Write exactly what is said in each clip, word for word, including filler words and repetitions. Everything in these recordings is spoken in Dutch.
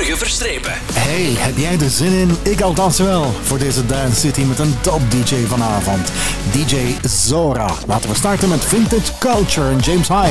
Jurgen Verstrepen. Hey, heb jij er zin in? Ik althans wel. Voor deze Dance City met een top D J vanavond. D J Zora. Laten we starten met Vintage Culture en James Hype.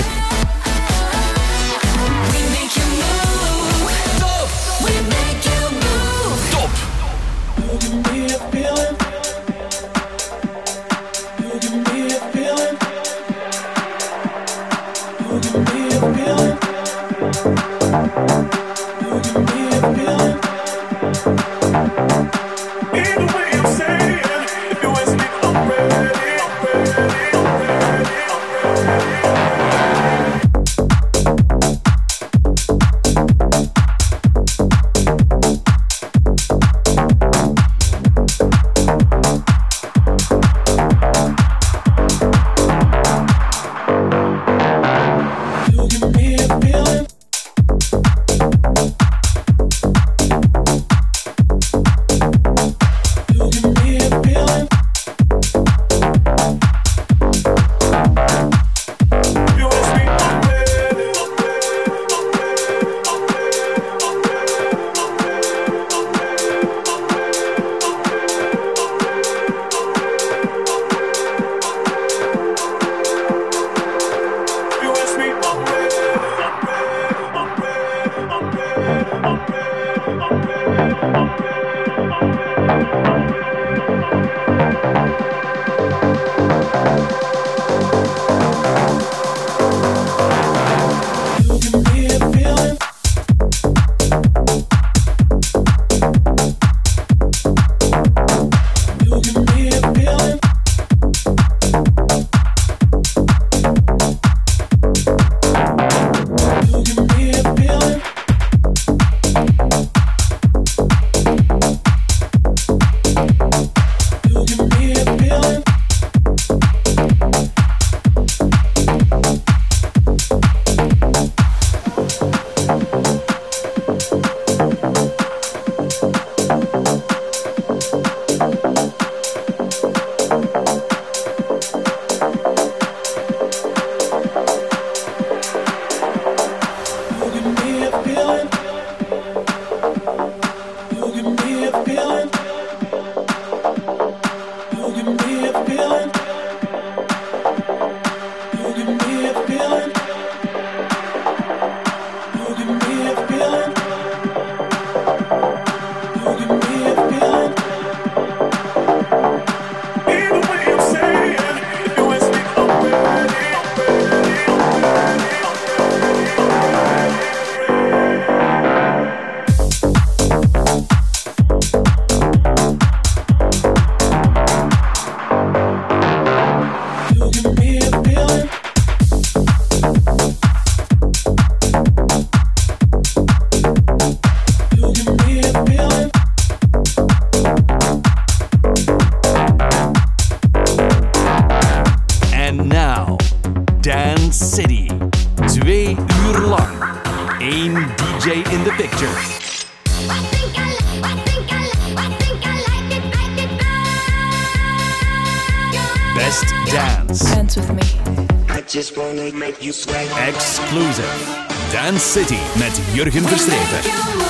Exclusive. Dance City met Jurgen Verstrepen.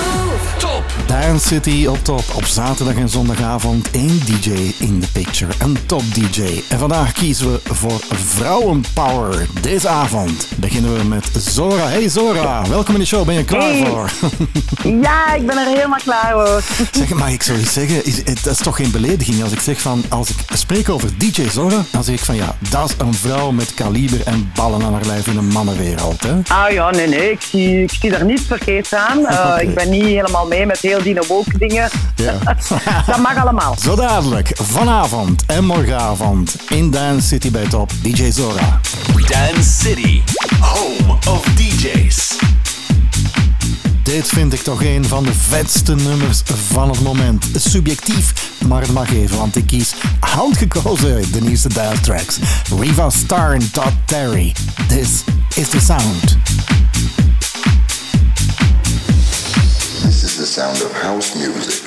Top. Dance City op top. Op zaterdag en zondagavond één D J in the picture. Een top D J. En vandaag kiezen we voor vrouwenpower. Deze avond beginnen we met Zora. Hey Zora, welkom in de show. Ben je klaar hey. voor? Ja, ik ben er helemaal klaar voor. Zeg, mag ik zoiets zeggen? Is, het, dat is toch geen belediging als ik zeg van... Als ik spreek over D J Zora, dan zeg ik van ja, dat is een vrouw met kaliber en ballen aan haar lijf in een mannenwereld. Hè? Ah ja, nee, nee. Ik zie, ik zie er niets verkeerd aan. Uh, okay. Ik ben niet helemaal mee met heel die woke dingen. Ja. Dat mag allemaal. Zo dadelijk, vanavond en morgenavond in Dance City bij Top, D J Zora. Dance City, home of D J's. Dit vind ik toch een van de vetste nummers van het moment. Subjectief, maar het mag even, want ik kies handgekozen de nieuwste dance tracks. Riva Starr en Todd Terry. This is the sound. This is the sound of house music.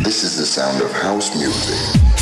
This is the sound of house music.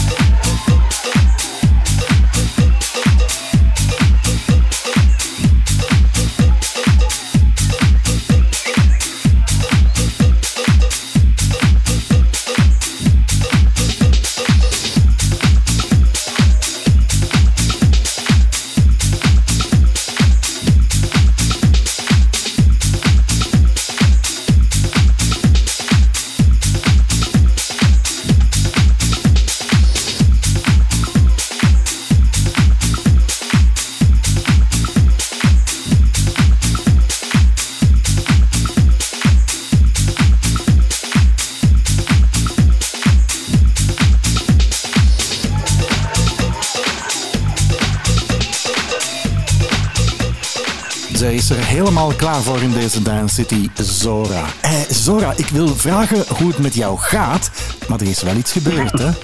Zij is er helemaal klaar voor in deze Dance City, Zora. Eh, Zora, ik wil vragen hoe het met jou gaat, maar er is wel iets gebeurd, hè?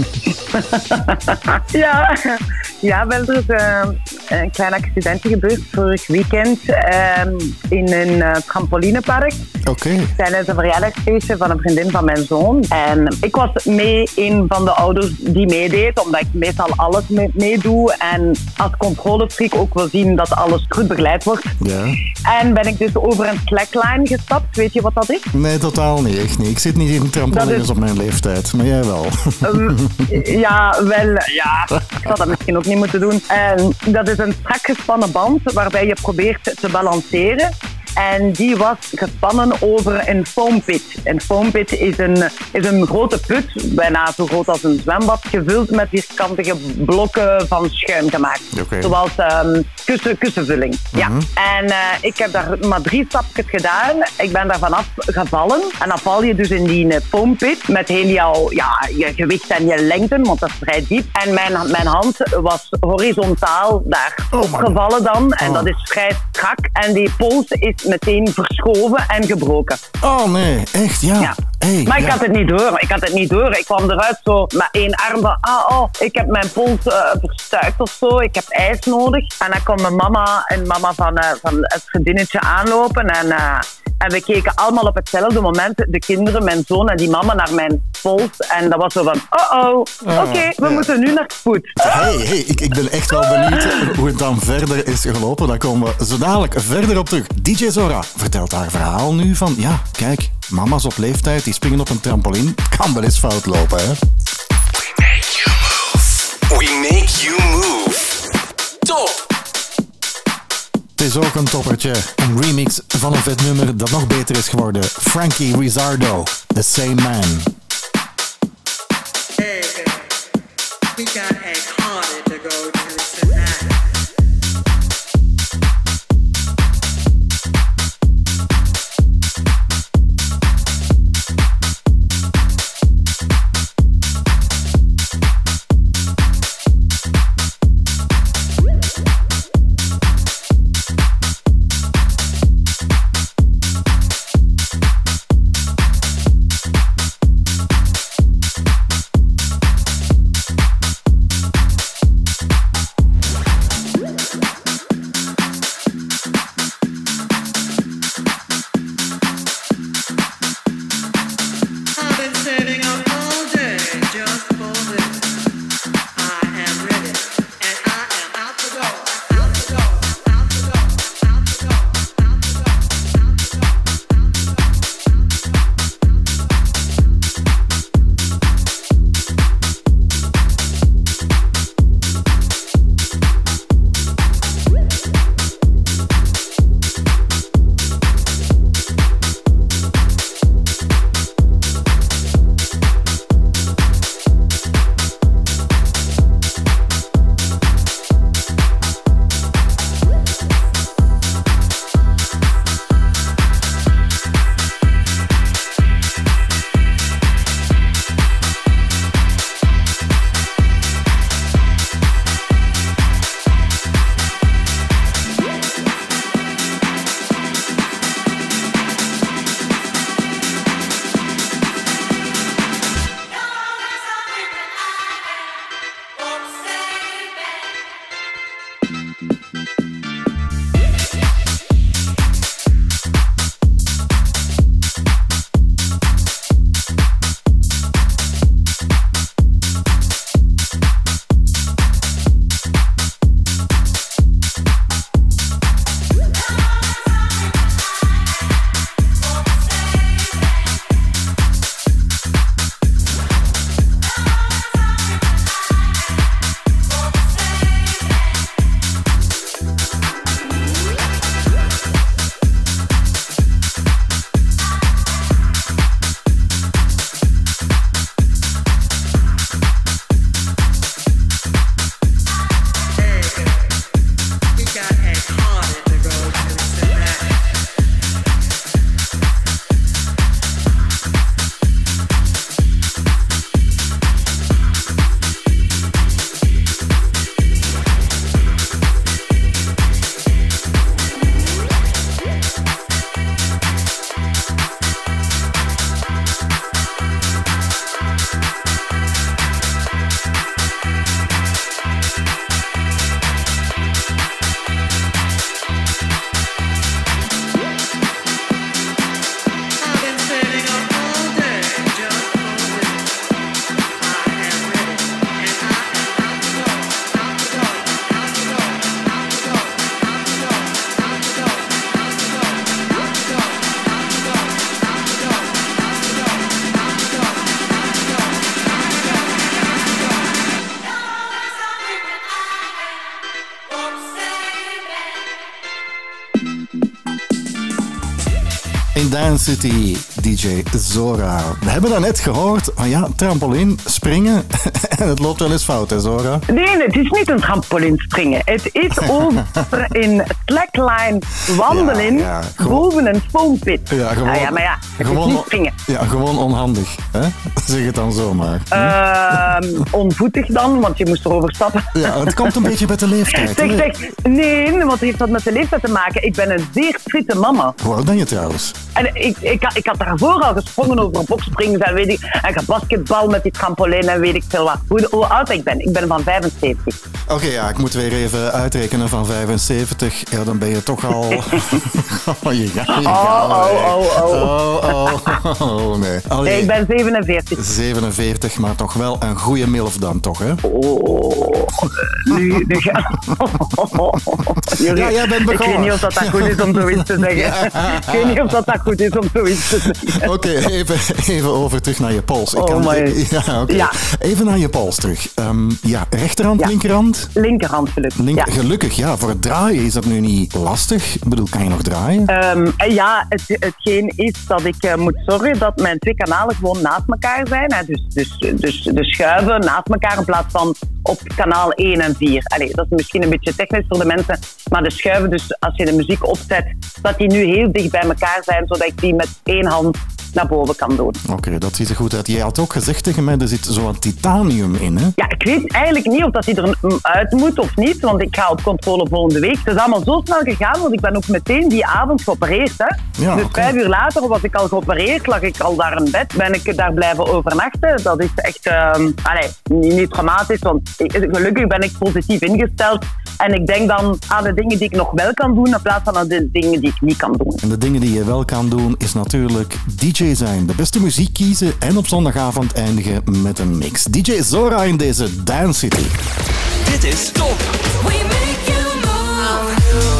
ja, ja, wel, er is uh, een klein accidentje gebeurd vorig weekend uh, in een uh, trampolinepark. Oké. Okay. Tijdens een verjaardagsfeestje van een vriendin van mijn zoon. En ik was mee een van de ouders die meedeed, omdat ik meestal alles mee- meedoe. En als controlefreak ook wil zien dat alles goed begeleid wordt. Ja. En ben ik dus over een slackline gestapt. Weet je wat dat is? Nee, totaal niet. Echt niet. Ik zit niet in trampolines is... op mijn leeftijd, maar jij wel. Um, ja, wel. Ja, ik zou dat misschien ook niet moeten doen. En dat is een strak gespannen band waarbij je probeert te balanceren. En die was gespannen over een foampit. Een foampit is een, is een grote put, bijna zo groot als een zwembad, gevuld met vierkantige blokken van schuim gemaakt. Okay. Zoals um, kussen, kussenvulling. Mm-hmm. Ja. En uh, ik heb daar maar drie stapjes gedaan. Ik ben daar vanaf gevallen. En dan val je dus in die foampit met heel jouw ja, je gewicht en je lengte, want dat is vrij diep. En mijn, mijn hand was horizontaal daar oh, opgevallen dan. En oh. dat is vrij strak. En die pols is meteen verschoven en gebroken. Oh nee, echt? Ja. ja. Hey, maar ik ja. had het niet door. Ik had het niet door. Ik kwam eruit zo met één arm van, ah, oh, ik heb mijn pols uh, verstuikt of zo. Ik heb ijs nodig. En dan kwam mijn mama en mama van, uh, van het vriendinnetje aanlopen. En, uh, en we keken allemaal op hetzelfde moment, de kinderen, mijn zoon en die mama, naar mijn pols. En dat was zo van, oh oh, oké, okay, we ja. moeten nu naar spoed. Hey, hey, ik, ik ben echt wel benieuwd hoe het dan verder is gelopen. Daar komen we zo dadelijk verder op terug. D J Zora vertelt haar verhaal nu van, ja, kijk, mama's op leeftijd die springen op een trampoline. Kan wel eens fout lopen, hè? We make you move. We make you move. Top! Het is ook een toppertje. Een remix van een vet nummer dat nog beter is geworden. Frankie Rizzardo, The Same Man. Hey, we got a party to go to tonight. In Dance City, D J Zora. We hebben daarnet gehoord van ja, trampoline, springen en het loopt wel eens fout, hè Zora? Nee, het is niet een trampolinspringen. Het is over in slackline wandelen Ja, ja, gewoon- boven een foampit. Ja, gewoon, Ah, ja, maar ja, het gewoon, is niet springen. Ja, gewoon onhandig, hè? Zeg het dan zomaar. Ehm, onvoetig dan, want je moest erover stappen. Ja, het komt een beetje met de leeftijd. Zeg, hè? zeg, nee, want het heeft wat met de leeftijd te maken. Ik ben een zeer fitte mama. Hoe oud ben je trouwens? En ik, ik, ik had daarvoor al gesprongen over bokspringen en weet ik, en gebasketbal met die trampoline en weet ik veel wat. Hoe, hoe oud ik ben? Ik ben van vijfenzeventig. Oké, ja, ik moet weer even uitrekenen van vijfenzeventig. Ja, dan ben je toch al... oh, je gaat, je gaat, Oh, nee. oh, oh, oh. Oh, oh, oh, nee. Allee, Nee, ik ben zevenenveertig. zevenenveertig, maar toch wel een goede milf dan, toch, hè? Oh, nu, nu ga... Jullie, Ja, jij bent ik weet begonnen. niet of dat, dat goed is om zoiets te zeggen. Ik weet niet of dat, dat goed is om zoiets te zeggen. Oké, even, even over terug naar je pols. Ik Oh kan- my. ja, oké. Ja. Even naar je pols terug. Ehm, ja, rechterhand, Ja. linkerhand? Linkerhand gelukkig. Link- Ja. Gelukkig, ja. Voor het draaien is dat nu niet lastig. Ik bedoel, kan je nog draaien? Ehm, en ja, het, hetgeen is dat ik eh, moet zorgen dat mijn twee kanalen gewoon naast elkaar zijn. Hè. Dus, dus, dus de schuiven naast elkaar in plaats van op kanaal één en vier. Allee, dat is misschien een beetje technisch voor de mensen, maar de schuiven, dus als je de muziek opzet, dat die nu heel dicht bij elkaar zijn, zodat ik die met één hand naar boven kan doen. Oké, dat ziet er goed uit. Jij had ook gezegd tegen mij, er zit zo'n titanium in, hè? Ja, ik weet eigenlijk niet of dat die eruit moet of niet, want ik ga op controle volgende week. Het is allemaal zo snel gegaan, want ik ben ook meteen die avond geopereerd. Hè. Ja, dus oké. vijf uur later was ik al geopereerd, lag ik al daar in bed, ben ik daar blijven overnachten. Dat is echt, ehm allee, niet, niet traumatisch, want ik, gelukkig ben ik positief ingesteld. En ik denk dan aan de dingen die ik nog wel kan doen, in plaats van aan de dingen die ik niet kan doen. En de dingen die je wel kan doen, is natuurlijk D J zijn. De beste muziek kiezen en op zondagavond eindigen met een mix. D J Zora in deze Dance City. Dit is Top. We make you move.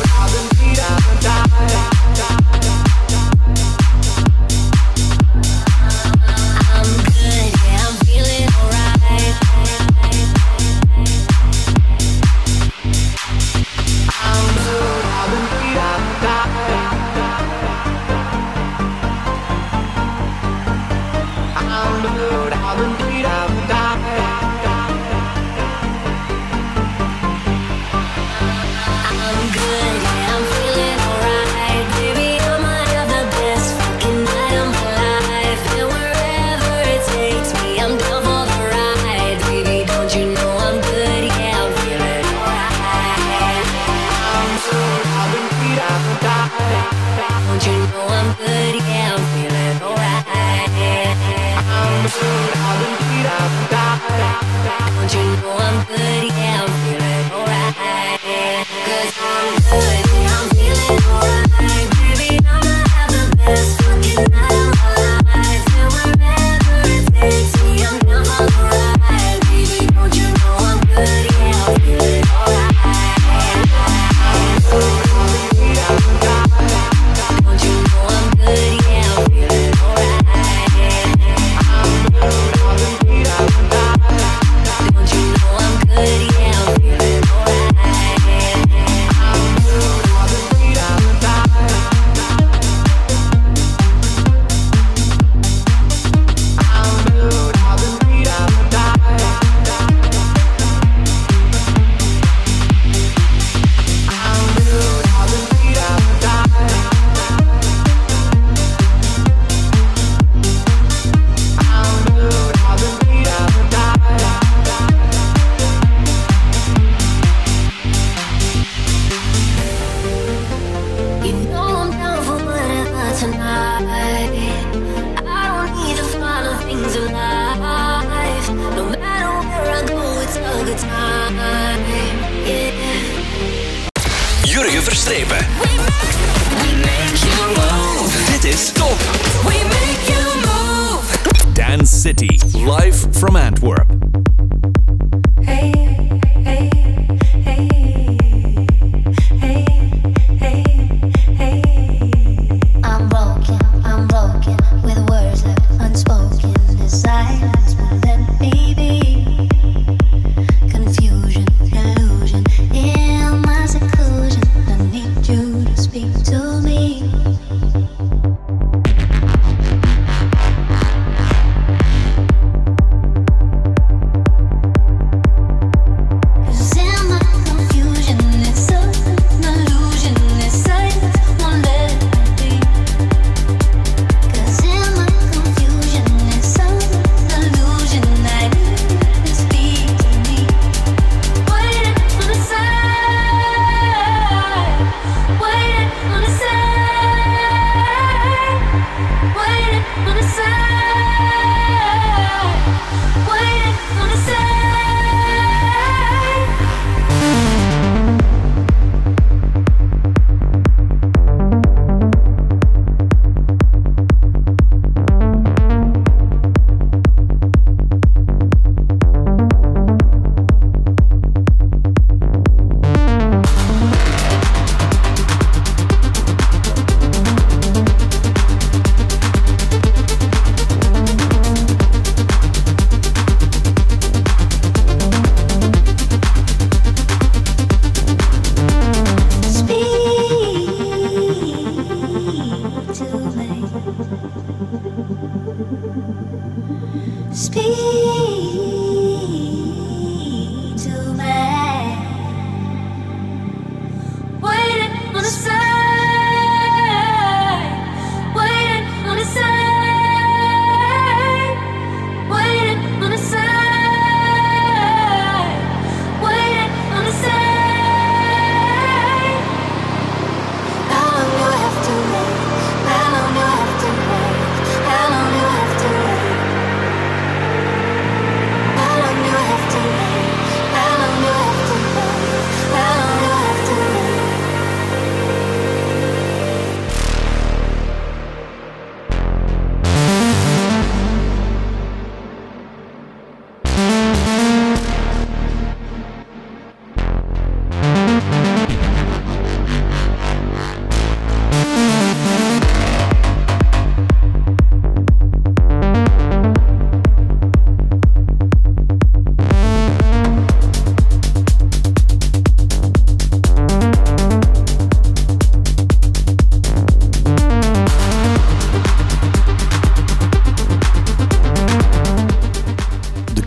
I'm good, yeah, I'm feeling alright. I'm good, I've been beat up, I'm good, I've been beat up, I'm good, yeah, I'm feeling alright. Baby, I'ma have the best fucking night of my life. And wherever it takes me, I'm down for the ride. Baby, don't you know I'm good, yeah, I'm feeling alright. I'm good, I've been beat up, don't you know I'm good, yeah, I'm feeling alright. I'm good, I've been beat up, don't you know I'm good, yeah, I'm feeling alright. Cause I'm good, yeah, I'm feeling alright. Baby, I'ma have the best fucking night of my life. And wherever it takes me, I'm down for the ride. Baby, don't you know I'm good, yeah, I'm feeling alright. I'm good, I've been beat up, don't you know I'm good, yeah, I'm feeling alright. I'm good, I've been beat up, don't you know I'm good, yeah, I'm feeling alright. I'm good, I've been beat up, I'm good, I've been beat up, I'm good, I've been beat up, I'm good, I've been beat up, you know I'm down for whatever tonight. I don't need the final things in life. No matter where I go, it's a good time. Yeah. Jurgen Verstrepen. We make, we make you move. Dit is Top. We make you move. Dance City. Live from Antwerp. Hey, hey, hey, hey, hey, hey. I'm broken, I'm broken with words left unspoken. The silence won't let me be. Confusion, illusion in my seclusion. I need you to speak to me.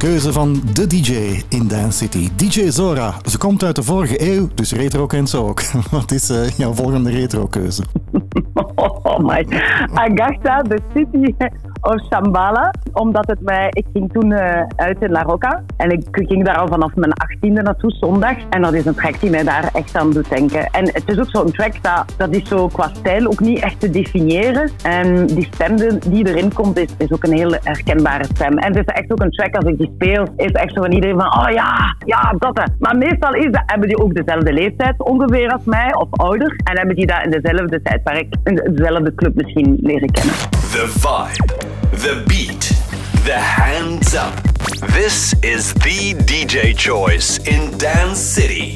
keuze van de D J in Dance City. D J Zora, ze komt uit de vorige eeuw, dus retro kent ze ook. Wat is uh, jouw volgende retro-keuze? Oh my. Agatha, de City of Shambhala. Omdat het mij... Ik ging toen uh, uit in La Rocca. En ik ging daar al vanaf mijn achttiende naartoe, zondag. En dat is een track die mij daar echt aan doet denken. En het is ook zo'n track dat, dat is zo qua stijl ook niet echt te definiëren. En die stem die erin komt, is, is ook een heel herkenbare stem. En het is echt ook een track, als ik die speel, is echt zo van iedereen van, oh ja, ja, dat hè. Maar meestal is dat, hebben die ook dezelfde leeftijd ongeveer als mij, of ouder. En hebben die dat in dezelfde tijd waar ik in dezelfde club misschien leren kennen. The vibe, the beat, the hands up. This is the D J choice in Dance City.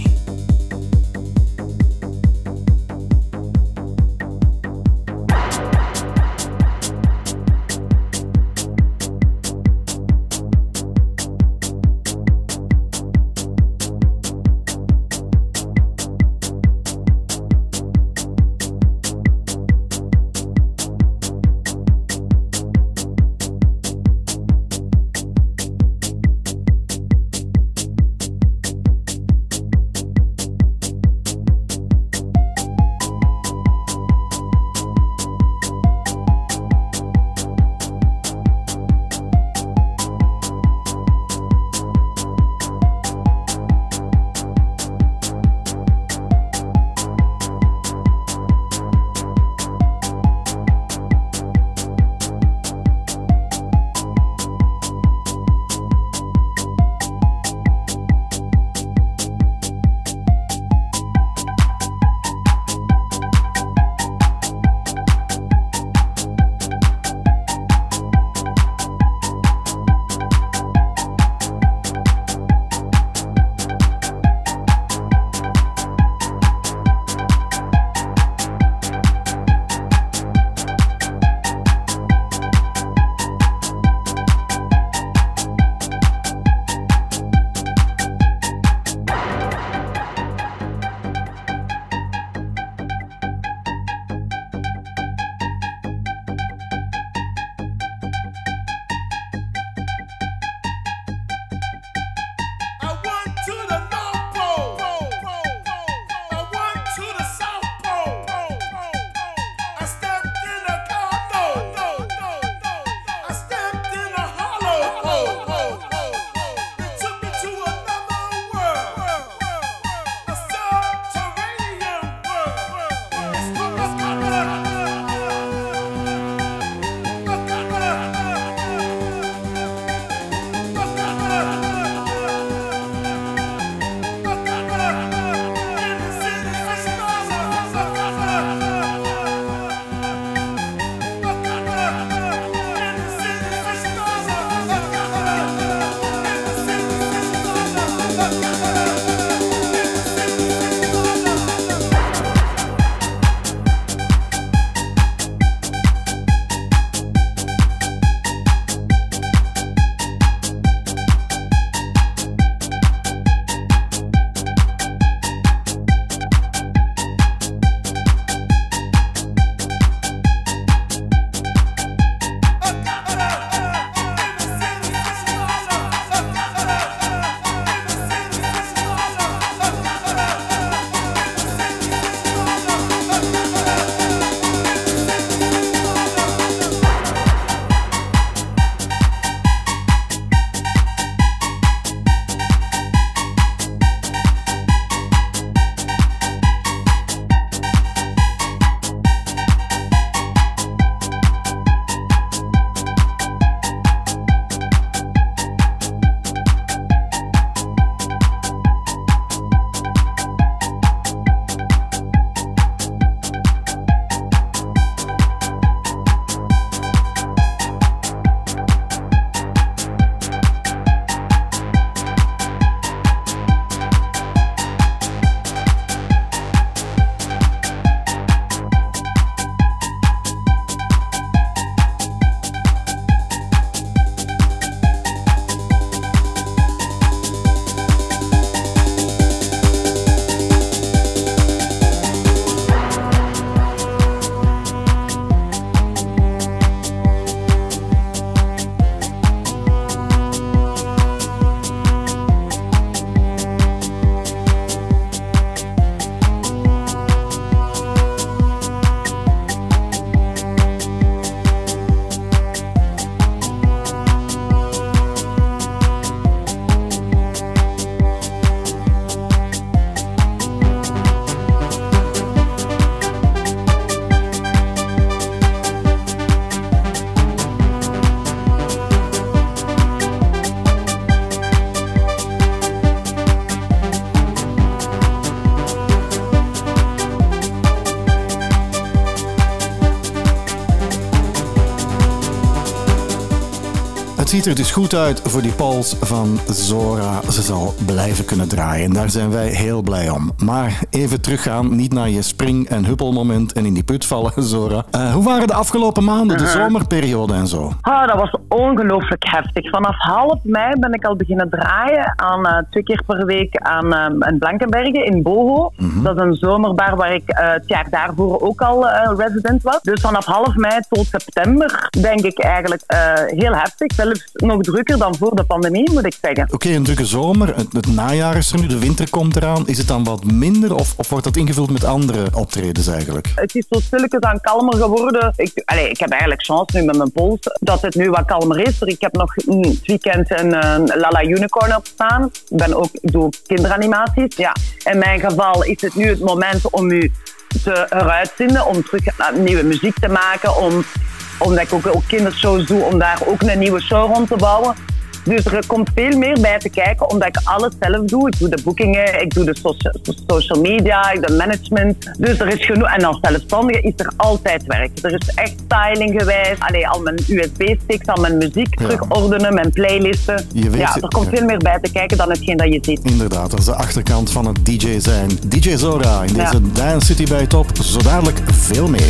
ziet er dus goed uit voor die pols van Zora. Ze zal blijven kunnen draaien en daar zijn wij heel blij om. Maar even teruggaan, niet naar je spring- en huppelmoment en in die put vallen, Zora. Uh, hoe waren de afgelopen maanden, de uh-huh. zomerperiode en zo? Oh, dat was ongelooflijk heftig. Vanaf half mei ben ik al beginnen draaien aan uh, twee keer per week aan uh, in Blankenberge in Boho. Mm-hmm. Dat is een zomerbar waar ik uh, het jaar daarvoor ook al uh, resident was. Dus vanaf half mei tot september denk ik eigenlijk uh, heel heftig. Zelfs nog drukker dan voor de pandemie, moet ik zeggen. Oké, okay, een drukke zomer. Het, het najaar is er nu, de winter komt eraan. Is het dan wat minder of, of wordt dat ingevuld met andere optredens eigenlijk? Het is zo stilletjes aan kalmer geworden. Ik, allez, ik heb eigenlijk chance nu met mijn pols dat het nu wat kalmer is. Ik heb nog het weekend een, een Lala Unicorn op staan. Ik, ben ook, ik doe ook kinderanimaties. Ja. In mijn geval is het nu het moment om u te heruitvinden, om terug nieuwe muziek te maken, om, omdat ik ook, ook kindershows doe, om daar ook een nieuwe show rond te bouwen. Dus er komt veel meer bij te kijken, omdat ik alles zelf doe. Ik doe de boekingen, ik doe de social, social media, ik doe management. Dus er is genoeg. En als zelfstandige is er altijd werk. Er is echt styling geweest. Allee, al mijn U S B-sticks, al mijn muziek ja. terug ordenen, mijn playlisten. Je weet, ja, er komt ja. veel meer bij te kijken dan hetgeen dat je ziet. Inderdaad, dat is de achterkant van het D J zijn. D J Zora in deze ja. Dance City bij Top. Zo dadelijk veel meer.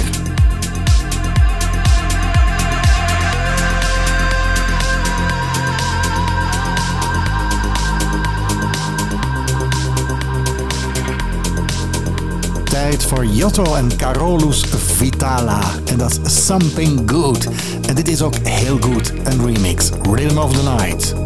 Tijd voor Yotto en Carolus Vitala. En dat is Something Good. En dit is ook heel goed, een remix. Rhythm of the Night.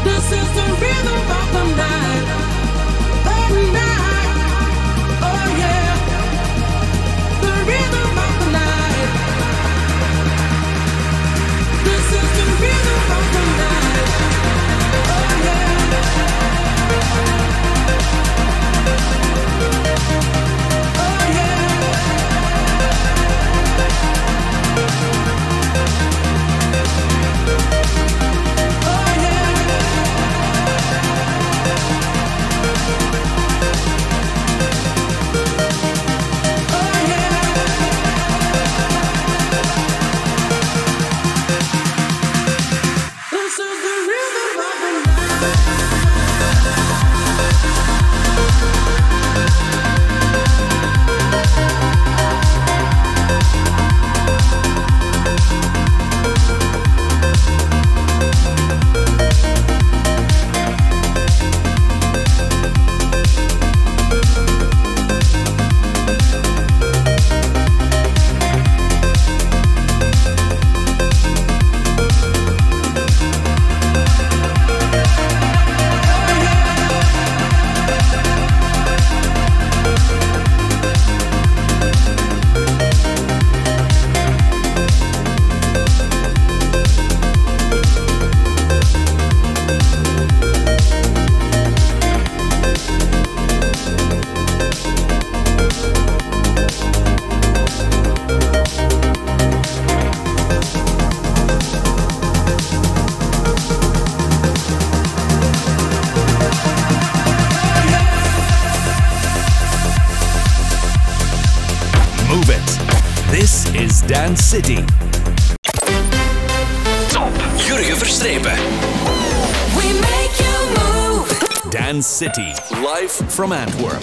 Rhythm of the night, oh yeah. is Dance City. Top Jurgen Verstrepen. We make you move. Dance City, live from Antwerp.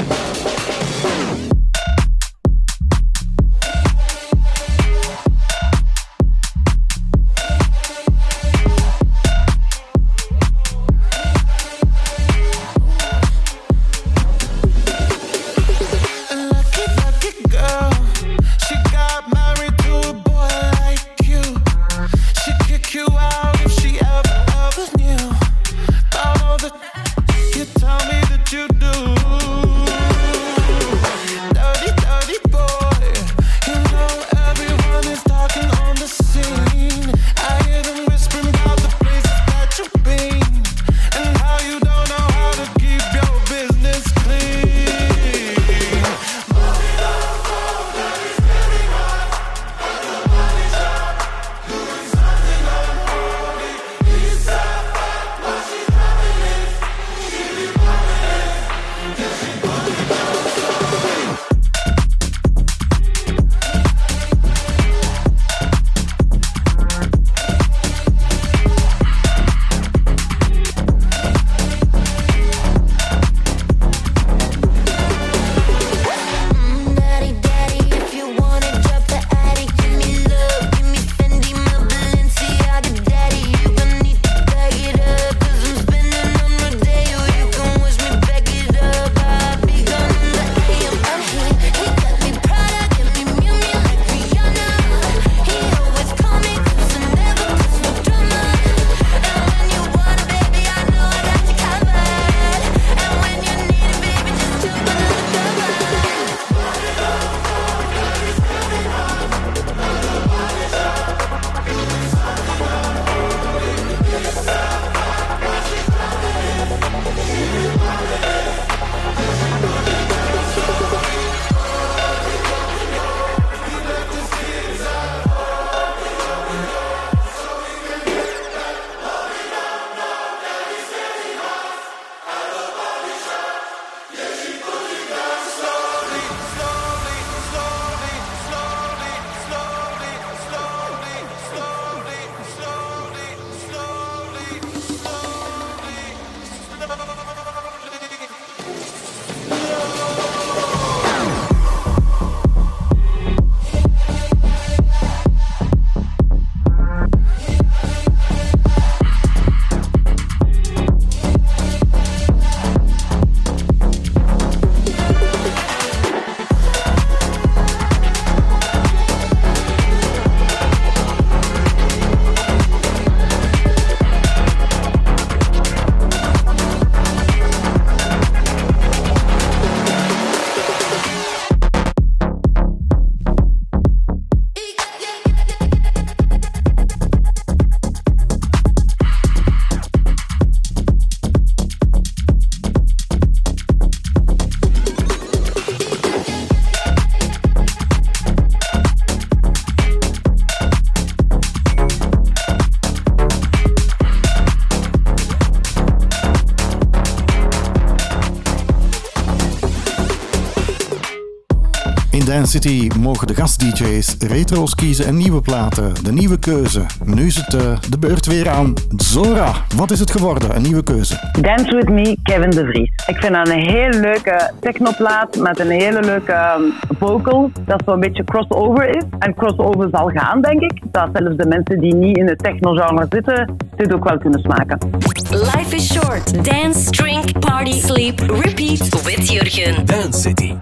In Dance City mogen de gast-D J's retro's kiezen en nieuwe platen. De nieuwe keuze. Nu is het uh, de beurt weer aan Zora. Wat is het geworden? Een nieuwe keuze. Dance With Me, Kevin de Vries. Ik vind dat een heel leuke technoplaat met een hele leuke um, vocal. Dat zo'n beetje crossover is. En crossover zal gaan, denk ik. Dat zelfs de mensen die niet in het techno-genre zitten, dit ook wel kunnen smaken. Life is short. Dance, drink, party, sleep, repeat with Jurgen. Dance City.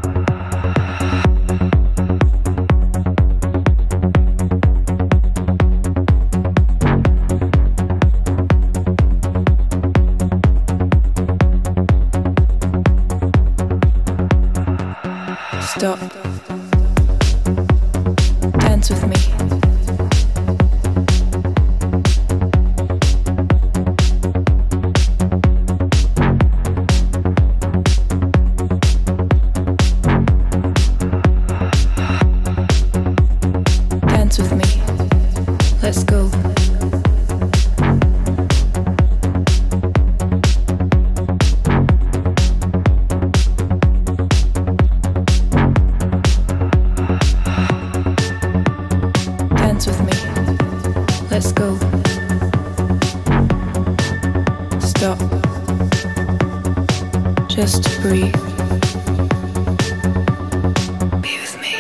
Stop. Dance with me. Dance with me. Let's go. just to breathe. Be with me.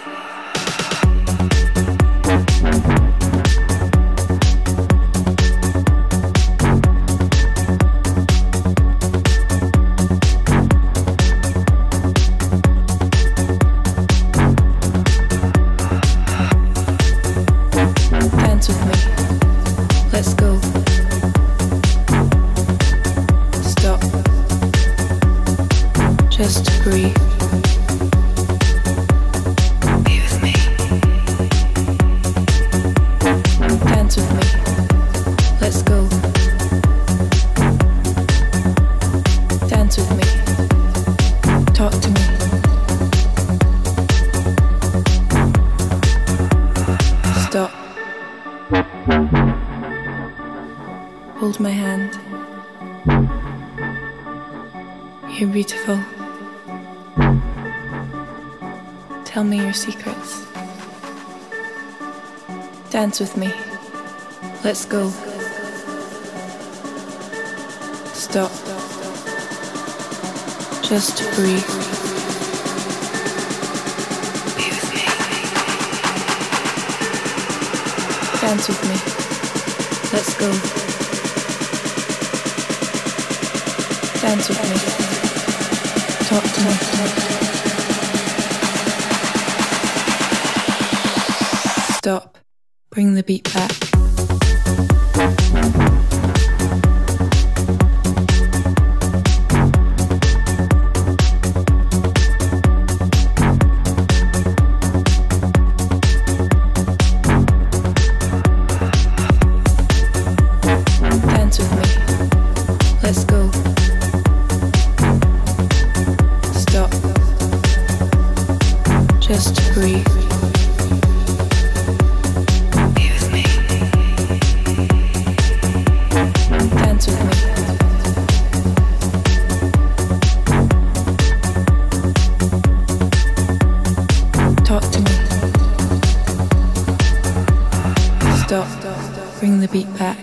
Dance with me. Let's go. Stop. Just to breathe. Be with me. Dance with me. Let's go. Dance with me. Talk to me. Stop. Hold my hand. You're beautiful. Tell me your secrets. Dance with me. Let's go. Stop. Just to breathe. Be with me. Dance with me. Let's go. Dance with me. Talk to me. Stop. Bring the beat back. Dance with me. Let's go. Stop. Just to breathe. Be with me. Dance with me. Talk to me. Stop. Bring the beat back.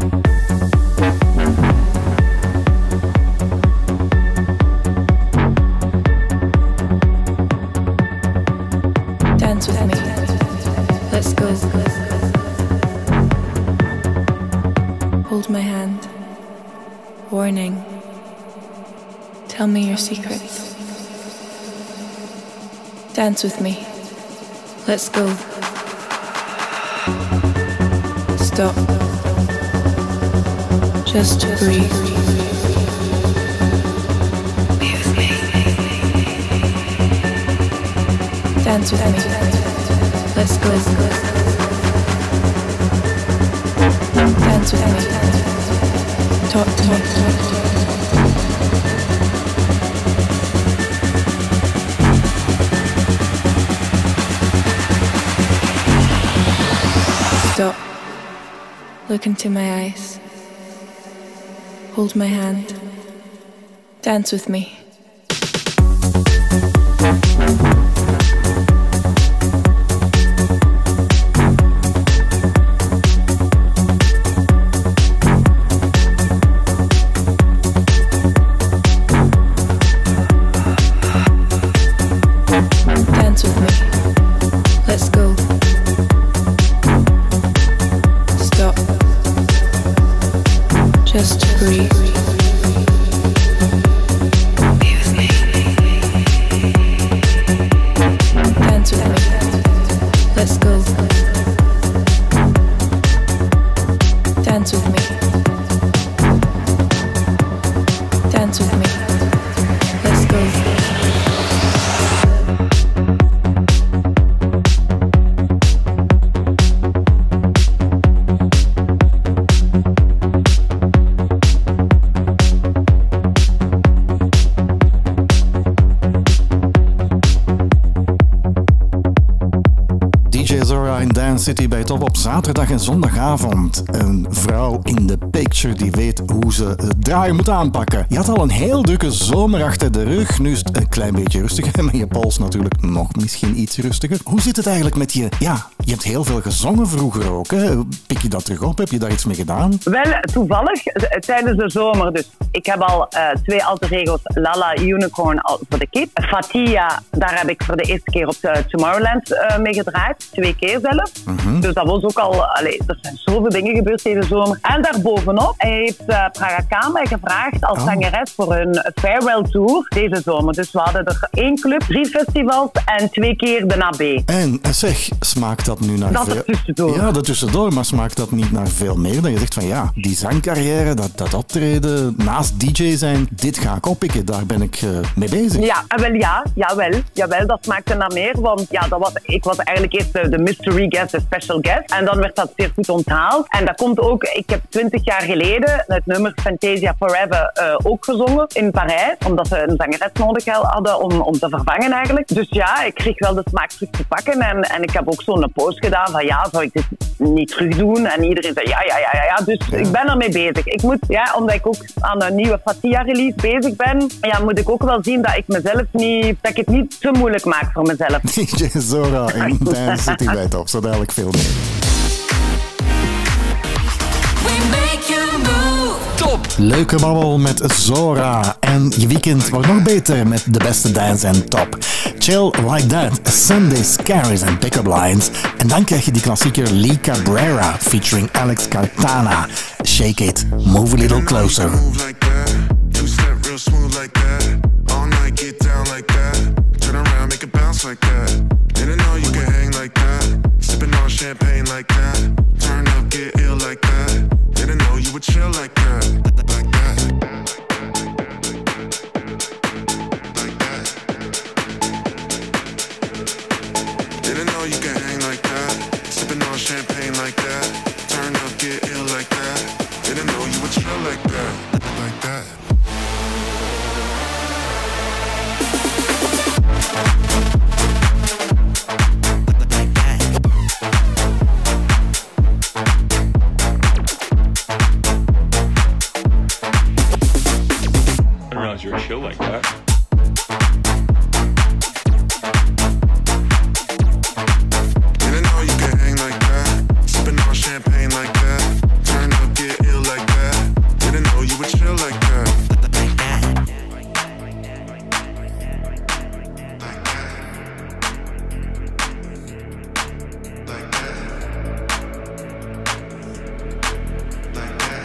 Dance with me. Let's go. Hold my hand. Warning. Tell me your secrets. Dance with me. Let's go. Stop. Just to breathe. Be with me. Dance with me. Let's go. Dance with me. Talk to me. Stop. Look into my eyes. Hold my hand. Dance with me. Dance with me. Let's go. Stop. Just to breathe. Be with me. Dance with me. Let's go. Dance with me. Dance with me. Let's go. D J Zora in Dance City bij Top op zaterdag en zondagavond. Een vrouw in de picture die weet hoe ze het draaien moet aanpakken. Je had al een heel drukke zomer achter de rug. Nu is het een klein beetje rustiger. Met je pols natuurlijk nog misschien iets rustiger. Hoe zit het eigenlijk met je... Ja, je hebt heel veel gezongen vroeger ook. Hè? Pik je dat terug op? Heb je daar iets mee gedaan? Wel, toevallig uh, tijdens de zomer. Dus ik heb al uh, twee alter ego's. Lala Unicorn al voor de kid. Fatia, daar heb ik voor de eerste keer op de Tomorrowland uh, mee gedraaid. Twee keer zelf. Mm-hmm. Dus dat was ook al... Allee, er zijn zoveel dingen gebeurd deze zomer. En daarbovenop heeft uh, Praga K mij gevraagd als oh. zangeres voor hun farewell tour deze zomer. Dus we hadden er één club, drie festivals en twee keer de N A B. En zeg, smaakt dat nu naar dat veel... Dat tussendoor. Ja, dat tussendoor. Maar smaakt dat niet naar veel meer? Dat je zegt van ja, die zangcarrière, dat, dat optreden, naast D J zijn, dit ga ik oppikken. Daar ben ik uh, mee bezig. Ja, wel ja, jawel. Jawel, dat smaakte naar meer. Want ja, dat was, ik was eigenlijk eerst de, de mystery guest, de special guest. En dan werd dat zeer goed onthaald. En dat komt ook, ik heb twintig jaar geleden het nummer Fantasia Forever uh, ook gezongen in Parijs. Omdat ze een zangeres nodig hadden om, om te vervangen eigenlijk. Dus ja, ik kreeg wel de smaak terug te pakken. En, en ik heb ook zo'n post gedaan van ja, zou ik dit niet terug doen? En iedereen zei ja, ja, ja, ja. ja. Dus ja. Ik ben ermee bezig. Ik moet, ja, omdat ik ook aan een nieuwe Fatia release bezig ben, ja, moet ik ook wel zien dat ik mezelf niet, dat ik het niet te moeilijk maak voor mezelf. D J Zora in Dance City bij Top. Zo dadelijk veel meer. Top! Leuke babbel met Zora. En je weekend wordt nog beter met de beste dance en top. Chill Like That, Sunday Scaries en Pick-up Lines. En dan krijg je die klassieker Lee Cabrera featuring Alex Cartana. Shake It, Move a Little Closer. Champagne like that, turn up, get ill like that. Didn't know you would chill like that, like that, like that. Didn't know you could hang like that, sipping on champagne like that. Turn up, get ill like that. Didn't know you would chill like that, like that. You're a show like that. Didn't know you could hang like that, sipping on champagne like that. Turn up, get ill like that. Didn't know you would chill like that. Like that. Like that. Like that. Like that.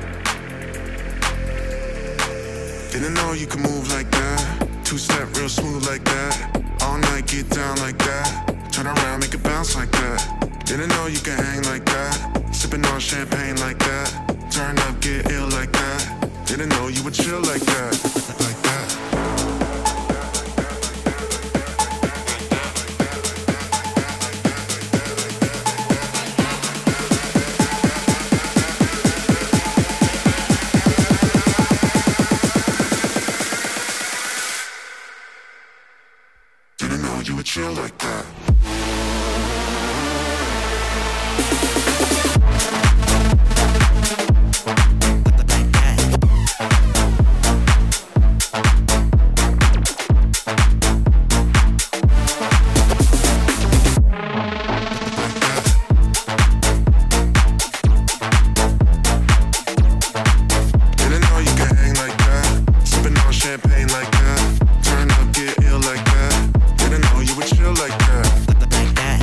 Didn't know you could move like that. Two-step real smooth like that. All night get down like that. Turn around, make it bounce like that. Didn't know you could hang like that. Sipping on champagne like that. Turn up, get ill like that. Didn't know you would chill like that. Like that. You would chill like that. Didn't know you could hang like that, sipping on champagne like that. Turn up, get ill like that. Didn't know you would chill like that. Like that.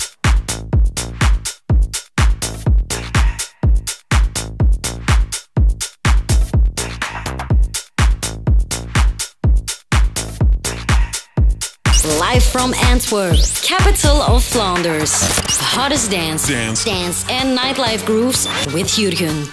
Live from Antwerp, capital of Flanders. The hottest dance, dance, dance and nightlife grooves with Jurgen.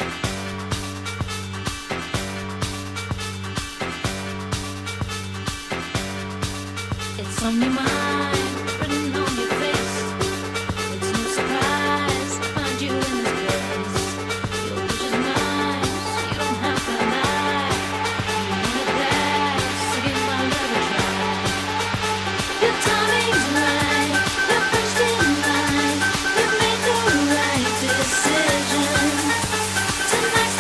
It's on your mind, written on your face. It's no surprise to find you in this place. Your wish is mine, you don't have to lie. You want it bad, so give my love a try. Your timing's right, the first in line. You made the right decision. Tonight's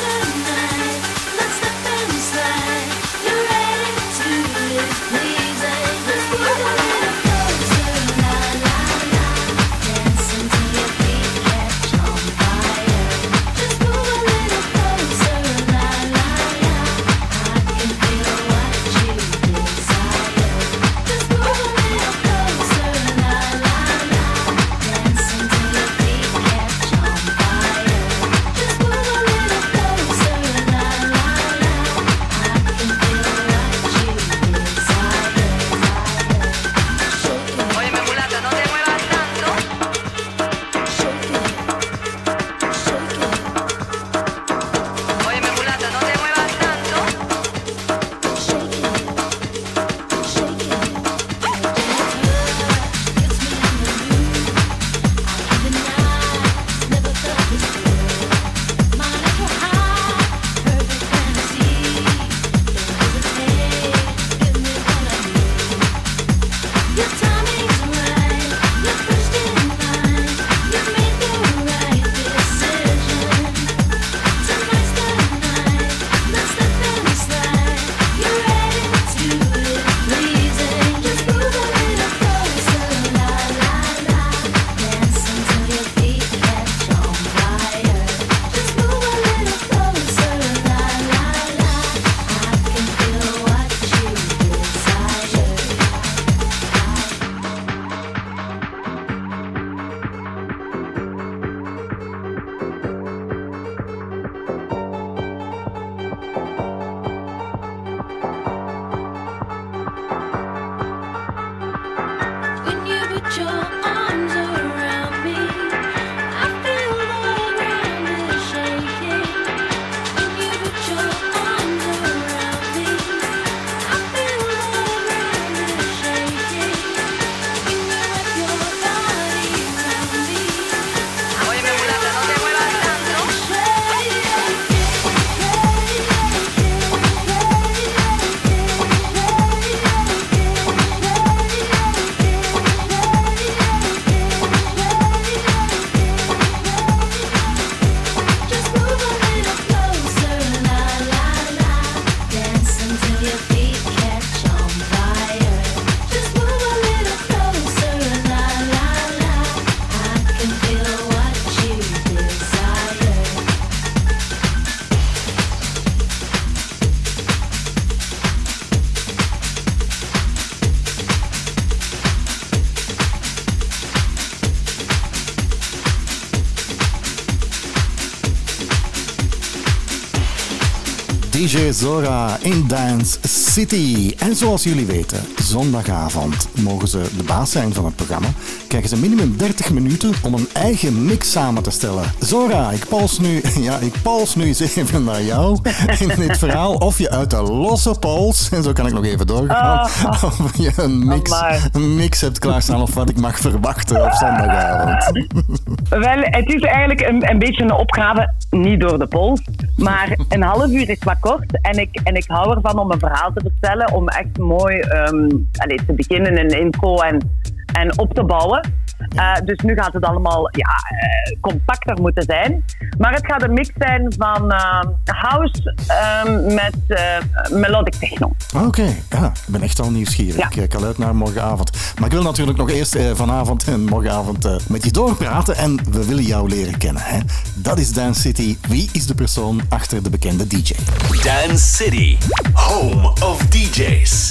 D J Zora in Dance City. En zoals jullie weten, zondagavond mogen ze de baas zijn van het programma. Krijgen ze minimum dertig minuten om een eigen mix samen te stellen. Zora, ik pols nu, ja, ik pols nu eens even naar jou in dit verhaal. Of je uit de losse pols, en zo kan ik nog even doorgaan, oh. of je een mix, een mix hebt klaarstaan of wat ik mag verwachten op zondagavond. Wel, het is eigenlijk een, een beetje een opgave, niet door de pols, maar een half uur is wat kort en ik, en ik hou ervan om een verhaal te vertellen, om echt mooi um, allez, te beginnen, een intro en, en op te bouwen. Uh, dus nu gaat het allemaal ja, uh, compacter moeten zijn. Maar het gaat een mix zijn van uh, house uh, met uh, melodic techno. Oké, okay. ja, ik ben echt al nieuwsgierig. Ja. Ik kijk al uit naar morgenavond. Maar ik wil natuurlijk nog eerst uh, vanavond en morgenavond uh, met je doorpraten. En we willen jou leren kennen. Hè? Dat is Dance City. Wie is de persoon achter de bekende D J? Dance City, home of D J's.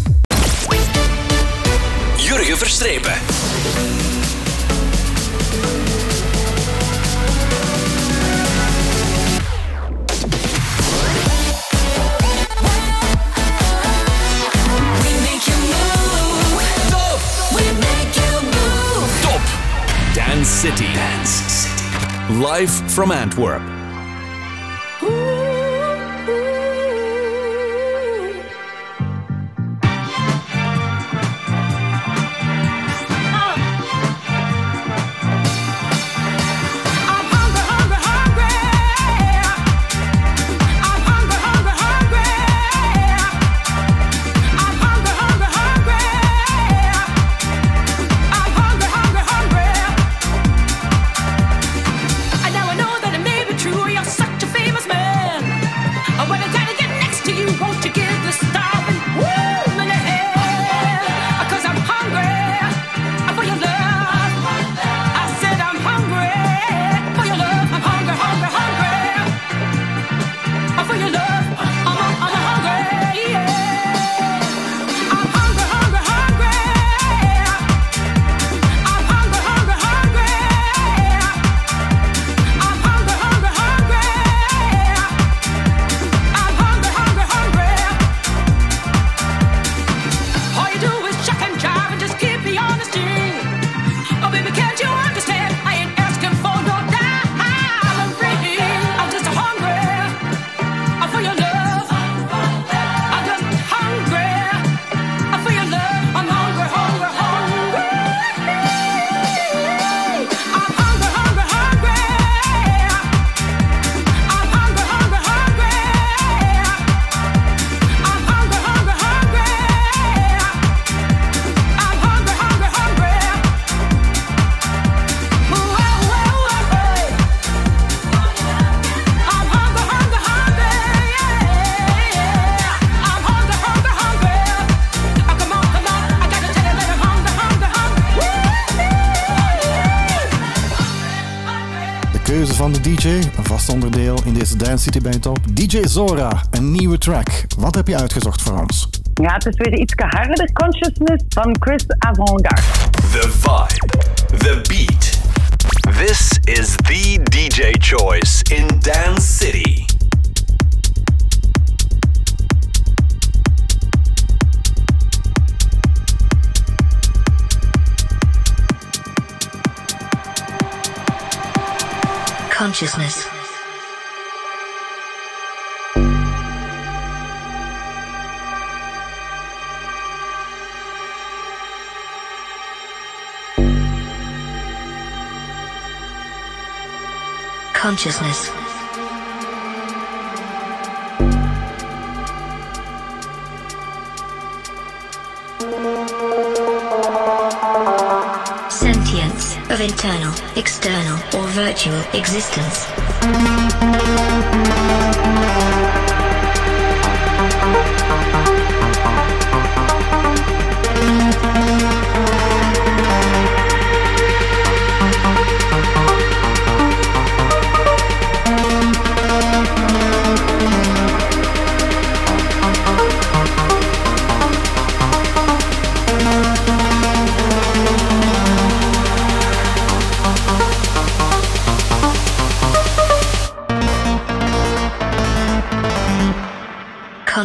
Jurgen Verstrepen. Dance City. Dance City. Live from Antwerp. Van de D J, een vast onderdeel in deze Dance City bij Top. D J Zora, een nieuwe track. Wat heb je uitgezocht voor ons? Ja, het is weer iets harder. Consciousness van Chris Avantgarde. The vibe, the beat. This is the D J choice in Dance City. Consciousness. Consciousness. Sentience of internal, external, or virtual existence.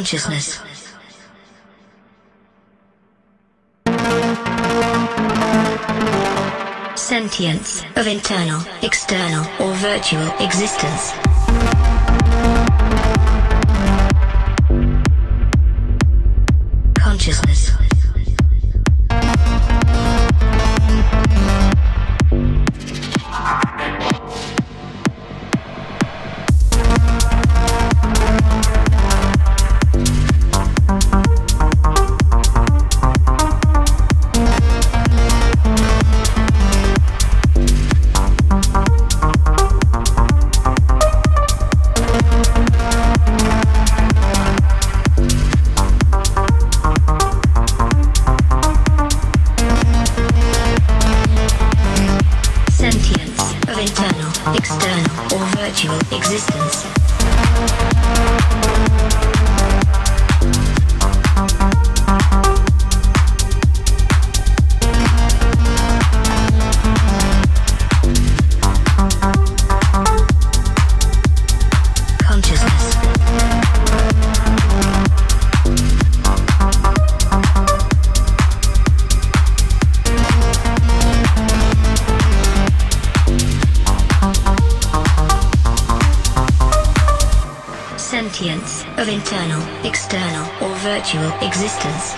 Consciousness. Sentience of internal, external, or virtual existence. Consciousness. Existence. Sentience of internal, external, or virtual existence.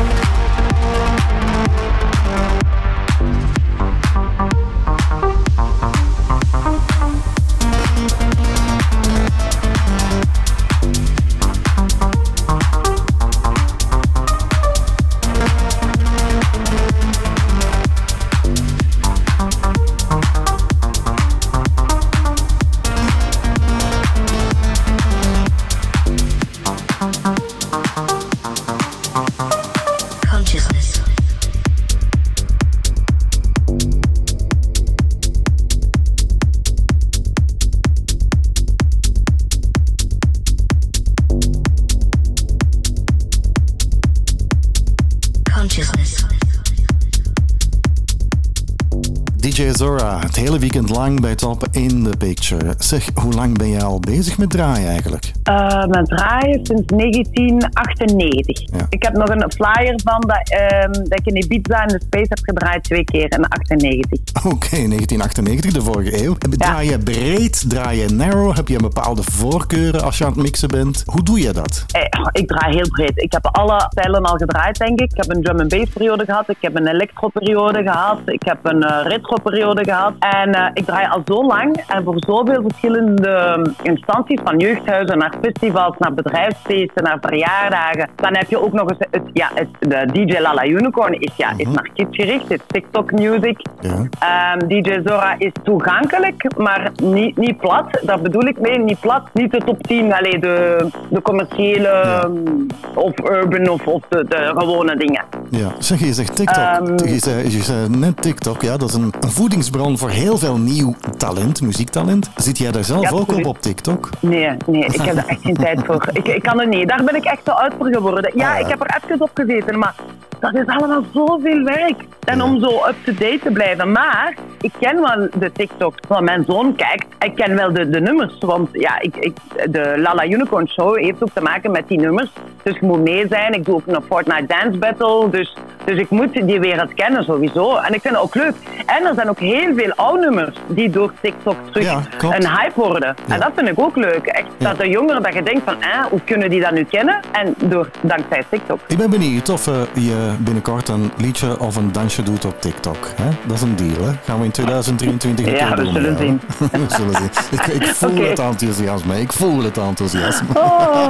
D J Zora, het hele weekend lang bij Top in the Picture. Zeg, hoe lang ben jij al bezig met draaien eigenlijk? Uh, met draaien sinds negentien achtennegentig. Ja. Ik heb nog een flyer van dat, um, dat ik in Ibiza in de Space heb gedraaid twee keer in achtennegentig. Oké, okay, negentien achtennegentig, de vorige eeuw. Draai je breed, draai je narrow? Heb je bepaalde voorkeuren als je aan het mixen bent? Hoe doe je dat? Eh, ik draai heel breed. Ik heb alle stijlen al gedraaid, denk ik. Ik heb een drum and bass periode gehad. Ik heb een electro periode gehad. Ik heb een uh, retro periode gehad. En uh, ik draai al zo lang en voor zoveel verschillende instanties, van jeugdhuizen naar festivals, naar bedrijfsfeesten, naar verjaardagen. Dan heb je ook nog eens het, ja, het, de D J Lala Unicorn is, ja, is naar kids gericht, het is TikTok music. Ja. Um, D J Zora is toegankelijk, maar niet, niet plat. Dat bedoel ik mee, niet plat. Niet de top tien, allee, de, de commerciële ja. of urban of, of de, de gewone dingen. Ja, zeg, je zegt TikTok. Um, je, zei, je zei net TikTok, ja, dat is een, een voedingsbron voor heel veel nieuw talent, muziektalent. Zit jij daar zelf ja, ook op op TikTok? Nee, nee, ik heb daar echt geen tijd voor. Ik, ik kan er niet. Daar ben ik echt zo uit voor geworden. Ja, ah, ja. ik heb er even op gezeten, maar dat is allemaal zoveel werk. En ja. om zo up-to-date te blijven. Maar ik ken wel de TikToks van mijn zoon kijkt. Ik ken wel de, de nummers, want ja, ik, ik, de Lala Unicorn Show heeft ook te maken met die nummers. Dus je moet mee zijn. Ik doe ook een Fortnite Dance Battle. Dus, dus ik moet die wereld kennen sowieso. En ik vind het ook leuk. En er zijn ook heel veel oude nummers die door TikTok terug ja, een hype worden. Ja. En dat vind ik ook leuk. Echt, ja. Dat de jongeren dat je denkt van, eh, hoe kunnen die dat nu kennen? En door, dankzij TikTok. Ik ben benieuwd of uh, je binnenkort een liedje of een dansje doet op TikTok. Hè? Dat is een deal, hè? Gaan we in tweeduizend drieëntwintig een ja, keer we doen. Zullen zien. we zullen zien. Ik, ik voel okay. het enthousiasme. Ik voel het enthousiasme. Oh.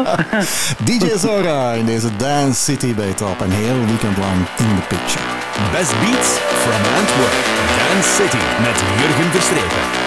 D J Zora in deze Dance City bij Top. Een heel weekend lang in the picture. Best Beats from Antwerp. Dance City met Jurgen Verstrepen.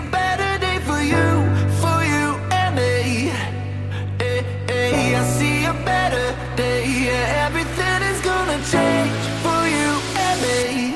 better day for you, for you and me. Hey, hey, I see a better day. Yeah, everything is gonna change for you and me.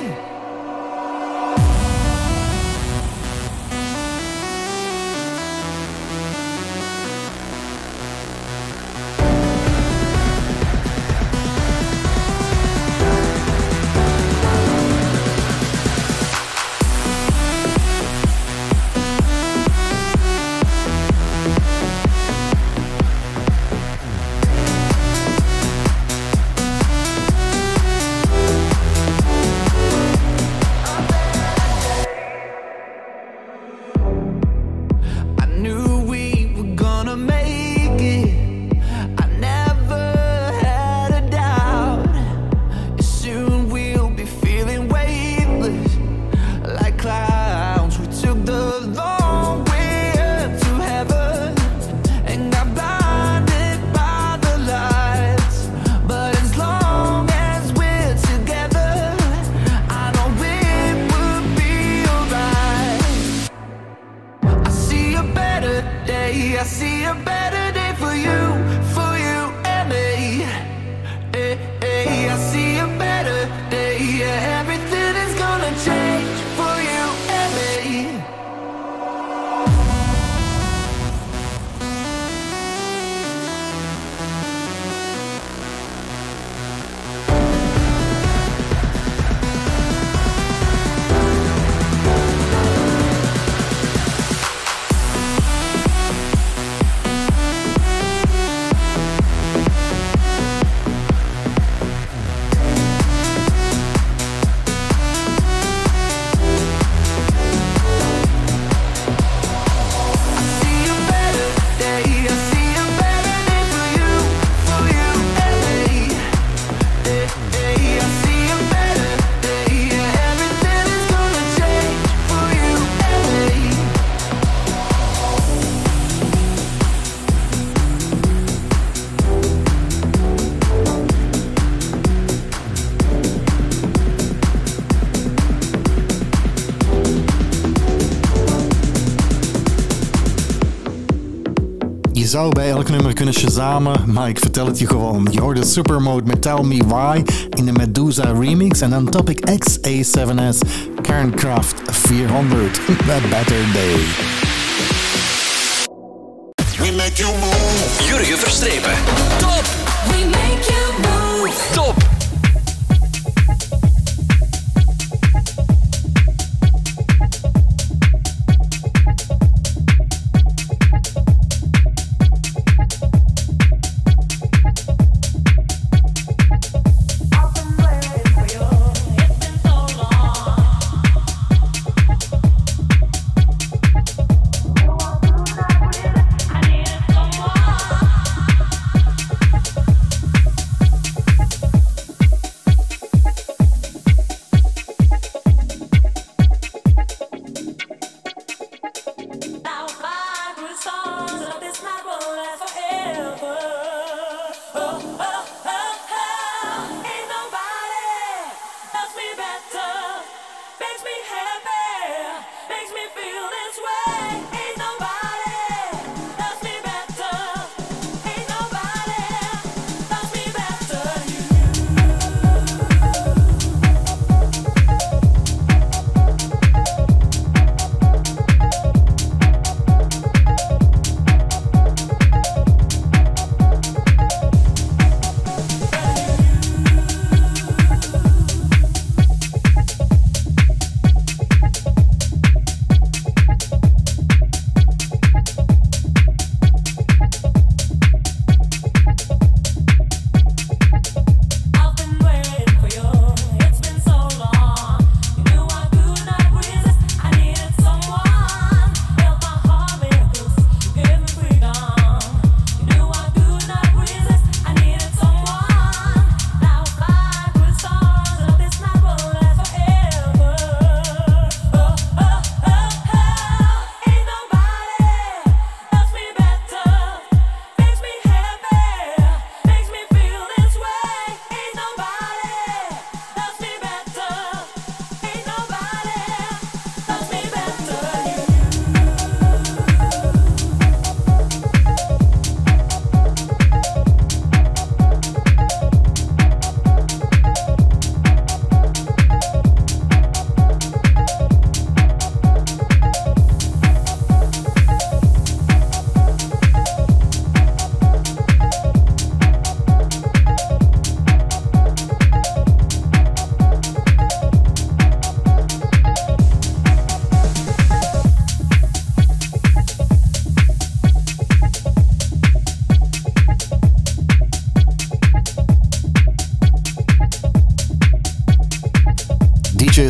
I see a better day for you, for you and me. Hey, hey, I see a better day. Yeah, everything is gonna change for you and me. Je zou bij elk nummer kunnen shazamen, maar ik vertel het je gewoon. Je hoorde Supermode met Tell Me Why in de Medusa remix en dan Topic X A seven S Kernkraft vierhonderd. A Better Day. We make you move. Jurgen Verstrepen. Top. We make you move. Top.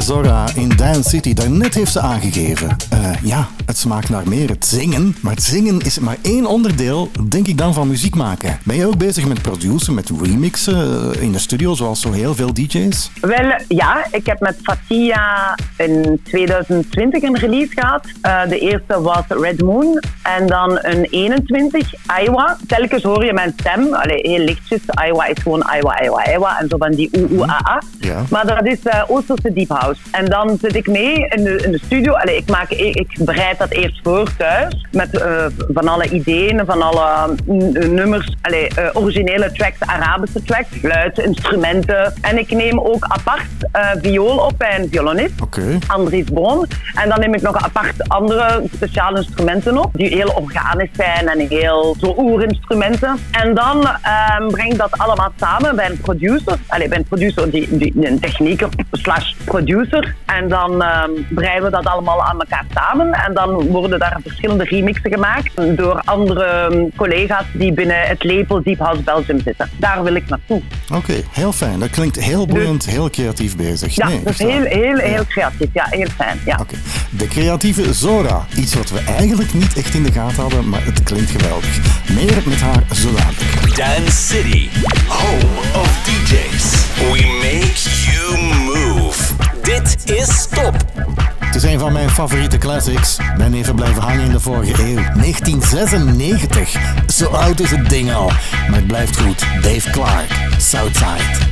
Zora in Dance City. Daarnet heeft ze aangegeven. Uh, ja, het smaakt naar meer, het zingen. Maar het zingen is maar één onderdeel, denk ik dan, van muziek maken. Ben je ook bezig met produceren, met remixen in de studio, zoals zo heel veel D J's? Wel, ja. Ik heb met Fatia in twintig twintig een release gehad. Uh, de eerste was Red Moon. En dan een eenentwintig, Iowa. Telkens hoor je mijn stem. Allee, heel lichtjes. Iowa is gewoon Iowa, Iowa, Iowa. En zo van die oe, oe, a, a. Ja. Maar dat is uh, Oosterse Deep House. En dan zit ik mee in de, in de studio. Allee, ik, maak, ik, ik bereid dat eerst voor thuis. Met uh, van alle ideeën, van alle uh, nummers. Allee, uh, originele tracks, Arabische tracks. Fluit, instrumenten. En ik neem ook apart uh, viool op bij een violonist. Okay. Andries Boon. En dan neem ik nog apart andere speciale instrumenten op. Die heel organisch zijn en heel zo oerinstrumenten. En dan uh, breng ik dat allemaal samen bij een producer. Allee, bij een producer, die, die, een technieker slash producer. En dan uh, breiden we dat allemaal aan elkaar samen. En dan worden daar verschillende remixen gemaakt door andere collega's die binnen het label Deep House Belgium zitten. Daar wil ik naartoe. Oké, okay, heel fijn. Dat klinkt heel boeiend, heel creatief bezig. Ja, nee, dat is heel, heel, heel ja. creatief. Ja, heel fijn. Ja. Okay. De creatieve Zora. Iets wat we eigenlijk niet echt in de gaten hadden, maar het klinkt geweldig. Meer met haar zo dadelijk. Dance City, home of D J's. We make you move. Dit is Stop. Het is een van mijn favoriete classics. Ben even blijven hangen in de vorige eeuw. negentien zesennegentig. Zo oud is het ding al. Maar het blijft goed. Dave Clark, Southside.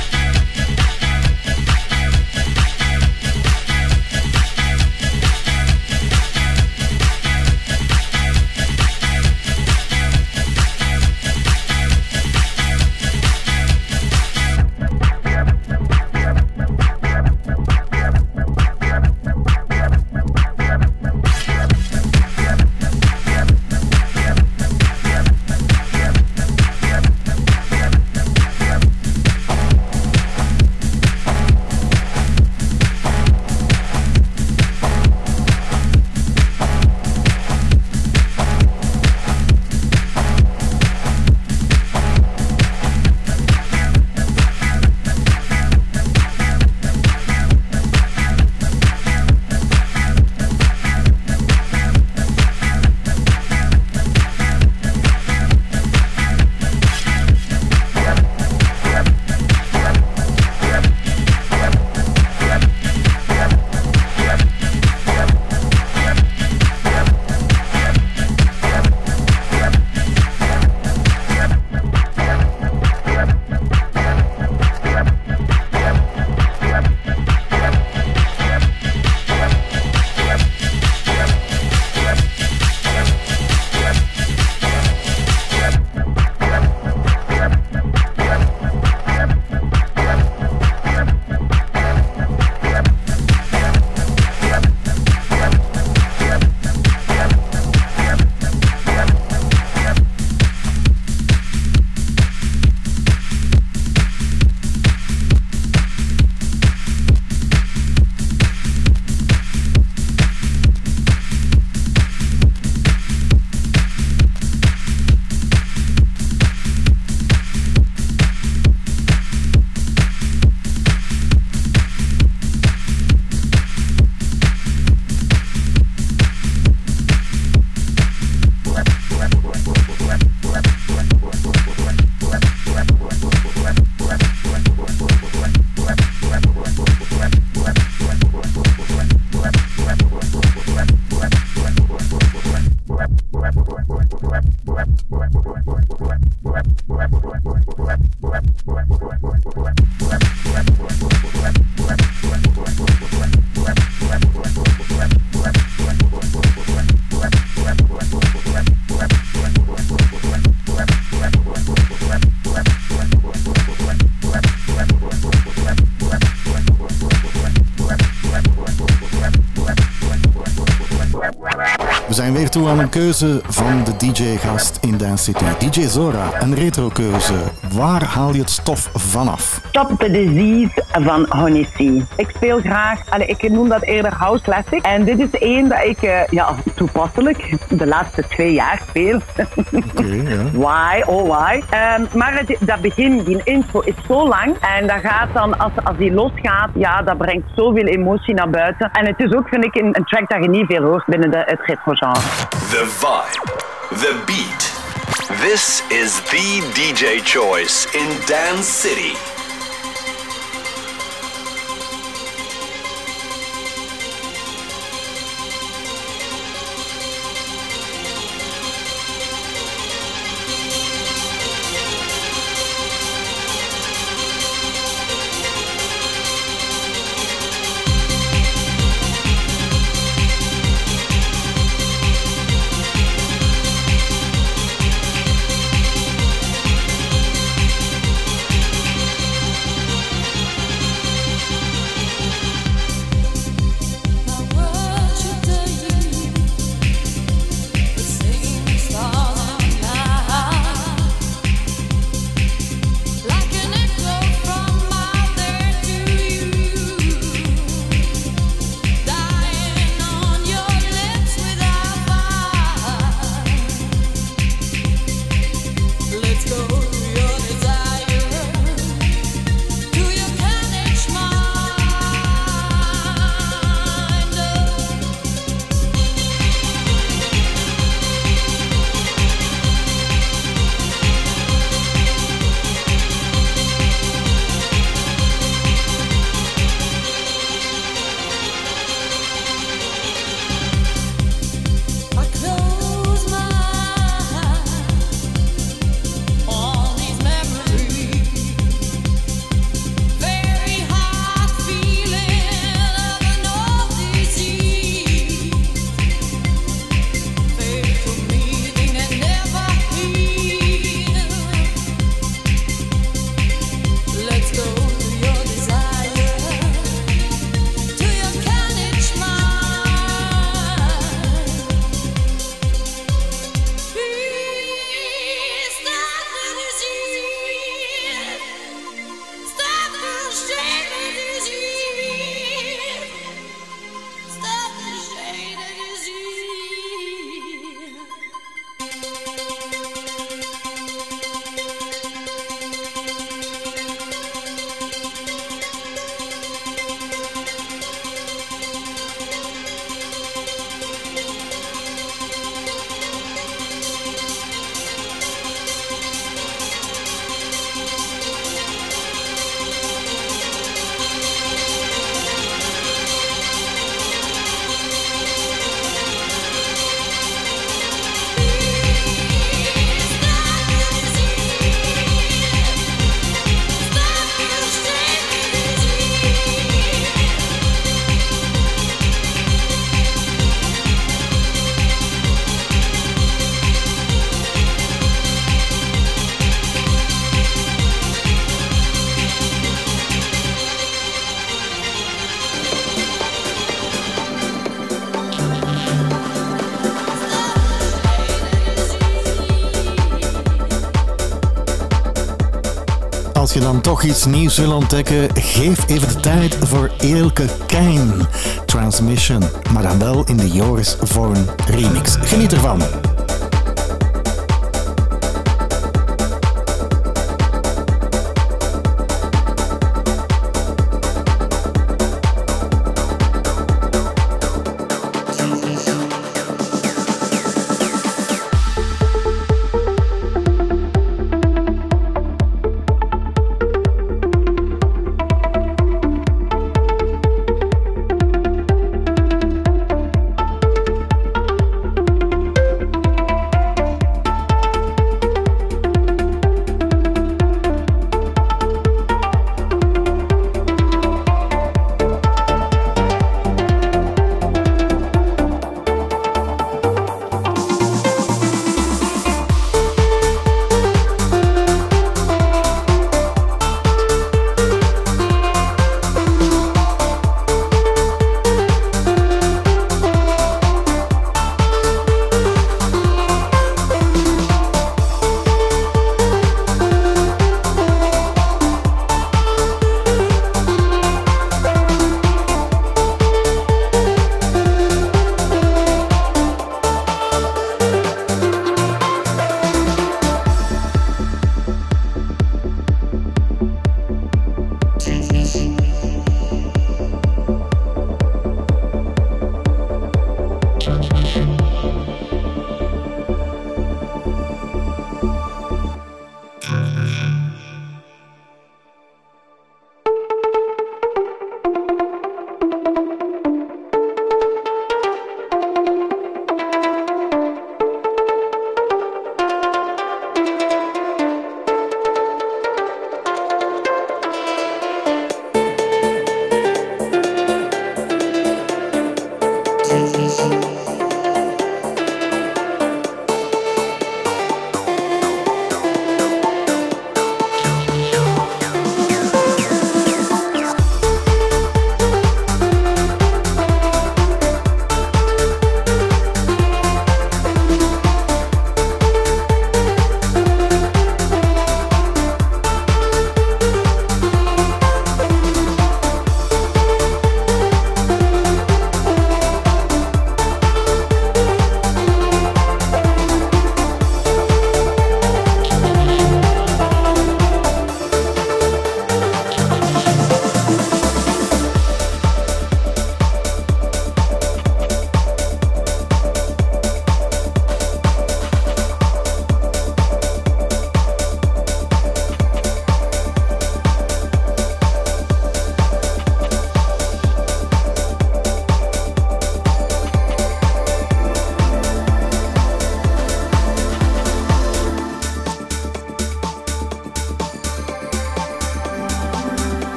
zijn weer toe aan een keuze van de D J-gast in Dance City. D J Zora, een retro-keuze. Waar haal je het stof vanaf? Stop the Disease van Hennessy. Ik speel graag, allee, ik noem dat eerder house classic. En dit is één dat ik uh, ja, toepasselijk de laatste twee jaar speel. Okay, ja. Why, oh why. Um, maar het, dat begin, die intro is zo lang. En dat gaat dan, als, als die losgaat, ja, dat brengt zoveel emotie naar buiten. En het is ook, vind ik, een, een track dat je niet veel hoort binnen de, het retro-genre. The vibe, the beat. This is the D J choice in Dance City. Als je dan toch iets nieuws wil ontdekken, geef even de tijd voor Eelke Keijn. Transmission, maar dan wel in de Joris Vorn remix. Geniet ervan.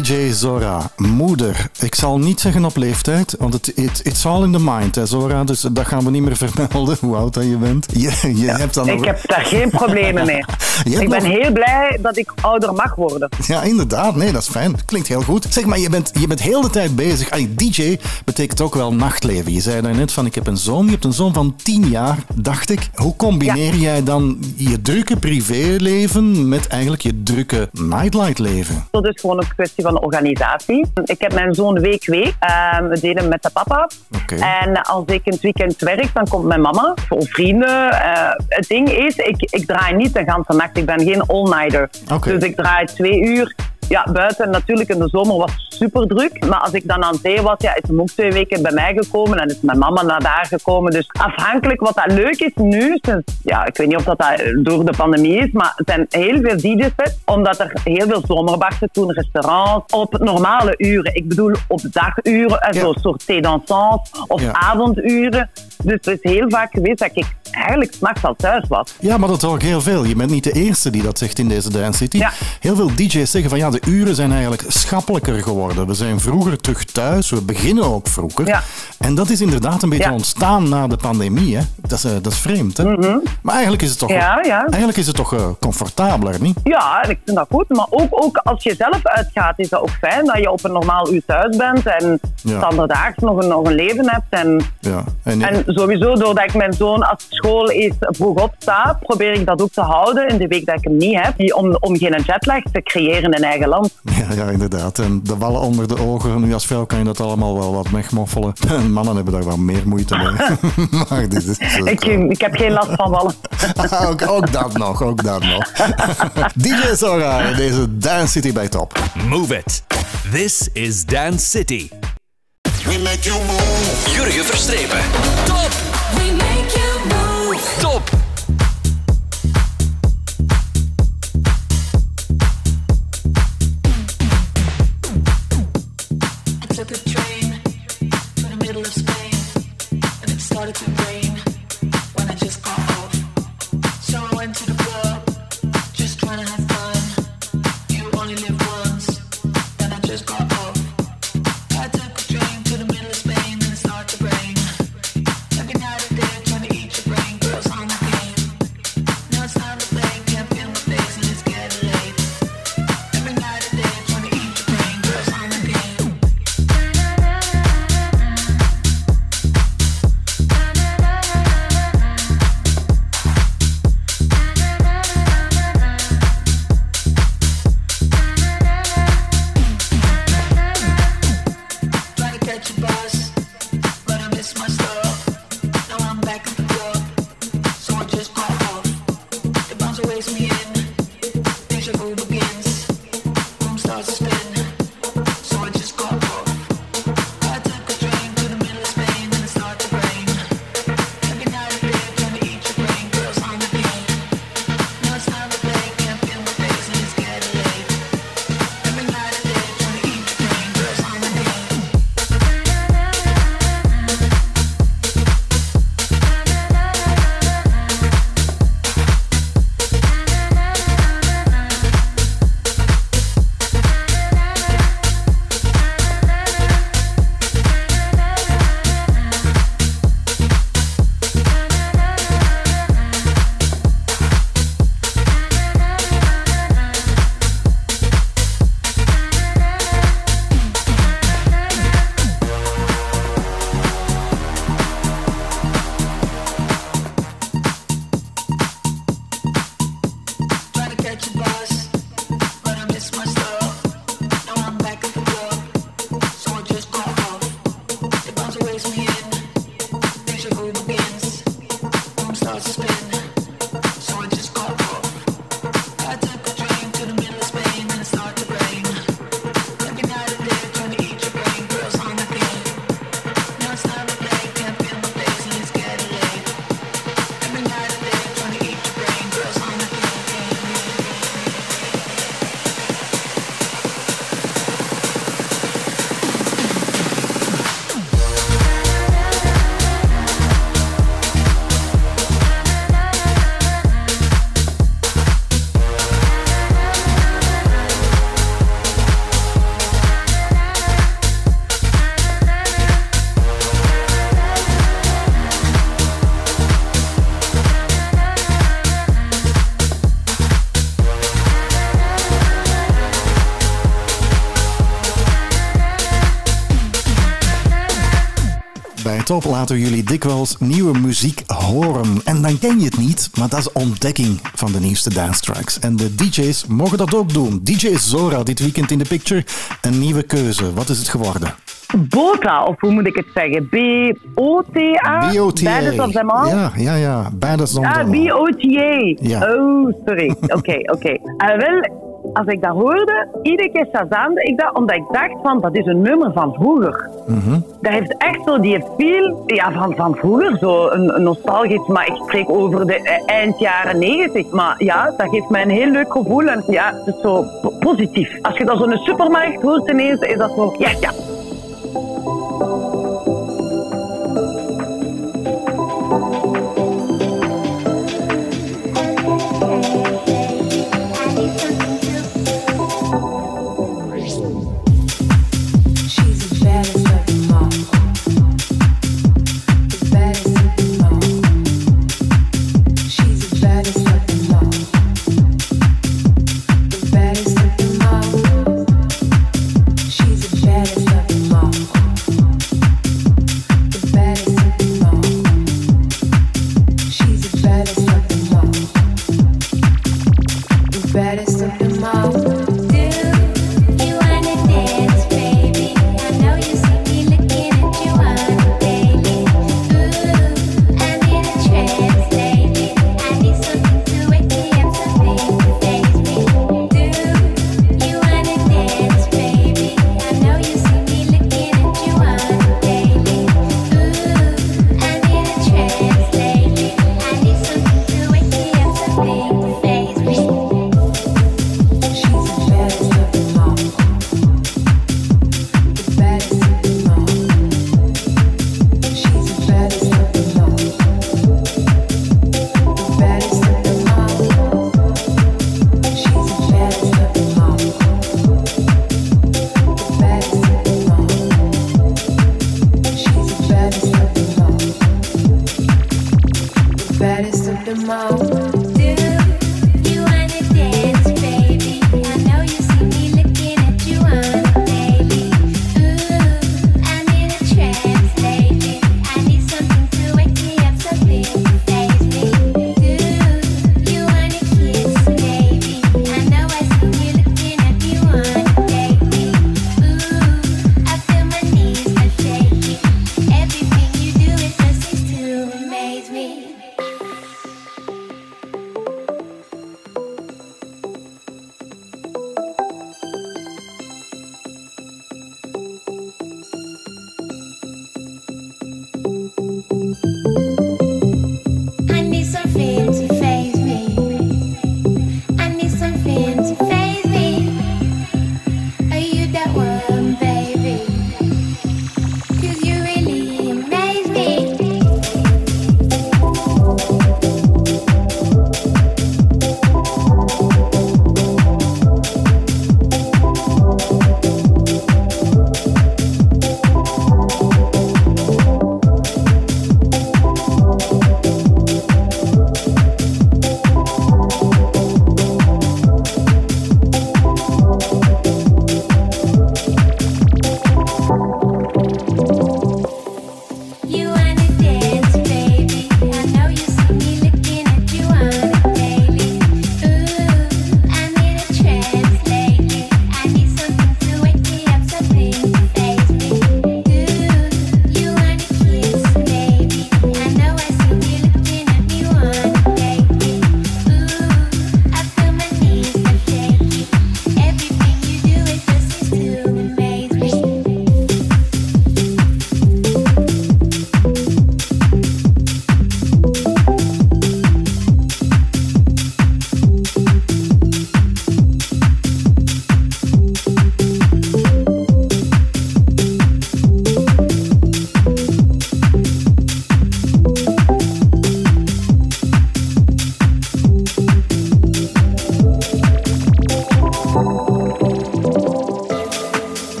D J Zora, moeder. Ik zal niet zeggen op leeftijd, want het it, it's all in the mind, hè, Zora. Dus dat gaan we niet meer vermelden, hoe oud dat je bent. Je, je ja, hebt dan ik nog... heb daar geen problemen mee. Ik ben nog... heel blij dat ik ouder mag worden. Ja, inderdaad. Nee, dat is fijn. Klinkt heel goed. Zeg maar, je bent, je bent heel de tijd bezig. Ay, D J betekent ook wel nachtleven. Je zei daarnet van, ik heb een zoon. Je hebt een zoon van tien jaar, dacht ik. Hoe combineer ja. jij dan je drukke privéleven met eigenlijk je drukke nightlife-leven? Dat is gewoon een kwestie van organisatie. Ik heb mijn zoon week week. Uh, we delen met de papa. Okay. En als ik in het weekend werk, dan komt mijn mama of vrienden. Uh, het ding is, ik, ik draai niet de hele nacht. Ik ben geen all-nighter. Okay. Dus ik draai twee uur. Ja, buiten natuurlijk in de zomer was het super druk. Maar als ik dan aan zee was, ja, is hem ook twee weken bij mij gekomen. En is mijn mama naar daar gekomen. Dus afhankelijk wat dat leuk is nu. Sinds, ja, ik weet niet of dat, dat door de pandemie is. Maar er zijn heel veel D J's. Omdat er heel veel zomerbars doen, restaurants. Op normale uren. Ik bedoel op daguren. En ja. Zo'n soort thee dansant. Of ja. avonduren. Dus het is heel vaak geweest dat ik eigenlijk 's nachts al thuis was. Ja, maar dat hoor ik heel veel. Je bent niet de eerste die dat zegt in deze Dance City. Ja. Heel veel D J's zeggen van ja, de uren zijn eigenlijk schappelijker geworden. We zijn vroeger terug thuis. We beginnen ook vroeger. Ja. En dat is inderdaad een beetje ja. ontstaan na de pandemie. Hè? Dat, is, uh, dat is vreemd. Hè? Mm-hmm. Maar eigenlijk is het toch, ja, ja. Eigenlijk is het toch uh, comfortabeler, niet? Ja, ik vind dat goed. Maar ook, ook als je zelf uitgaat, is dat ook fijn dat je op een normaal uur thuis bent. En ja. standaardaags nog een, nog een leven hebt. En, ja. en, en sowieso, doordat ik mijn zoon als school is vroeg opsta, probeer ik dat ook te houden in de week dat ik hem niet heb. Om, om geen jetlag te creëren in eigen land. Ja, ja, inderdaad. En de wallen onder de ogen. Nu als vrouw kan je dat allemaal wel wat wegmoffelen. Mannen hebben daar wel meer moeite mee. Maar dit is ik, ik heb geen last van wallen. ook, ook dat nog, ook dat nog. D J Zora in deze Dance City bij Top. Move it. This is Dance City. We make you move. Jurgen Verstrepen. Top. We make you move. Top. I took a train to the middle of Spain, and it started to rain when I just got off. So I went to the club, just trying to have fun. You only live once, then I just got off. I took a train to the middle of Spain, and it started to rain. Every night and day, trying to eat your brain, girls on the game. Now it's time to play, can't feel my face, and it's getting late. Every night and day, trying to eat your brain, girls on the game. bij Top laten we jullie dikwijls nieuwe muziek horen. En dan ken je het niet, maar dat is ontdekking van de nieuwste dance tracks. En de D J's mogen dat ook doen. D J Zora dit weekend in de picture. Een nieuwe keuze. Wat is het geworden? Bota, of hoe moet ik het zeggen? B O T A? B O T A. Baddest of them all? Ja, ja, ja. Baddest of them all. Ah, B O T A. Ja. Oh, sorry. Oké, oké. Okay. Uh, wel, als ik dat hoorde, iedere keer shazamde ik dat, omdat ik dacht van, dat is een nummer van vroeger. Mm-hmm. Dat heeft echt zo die feel ja, van, van vroeger, zo een, een nostalgisch, maar ik spreek over de uh, eind jaren negentig. Maar ja, dat geeft mij een heel leuk gevoel en ja, het is zo po- positief. Als je dat zo in een supermarkt hoort ineens, is dat zo, ja, ja. She's the baddest of them all.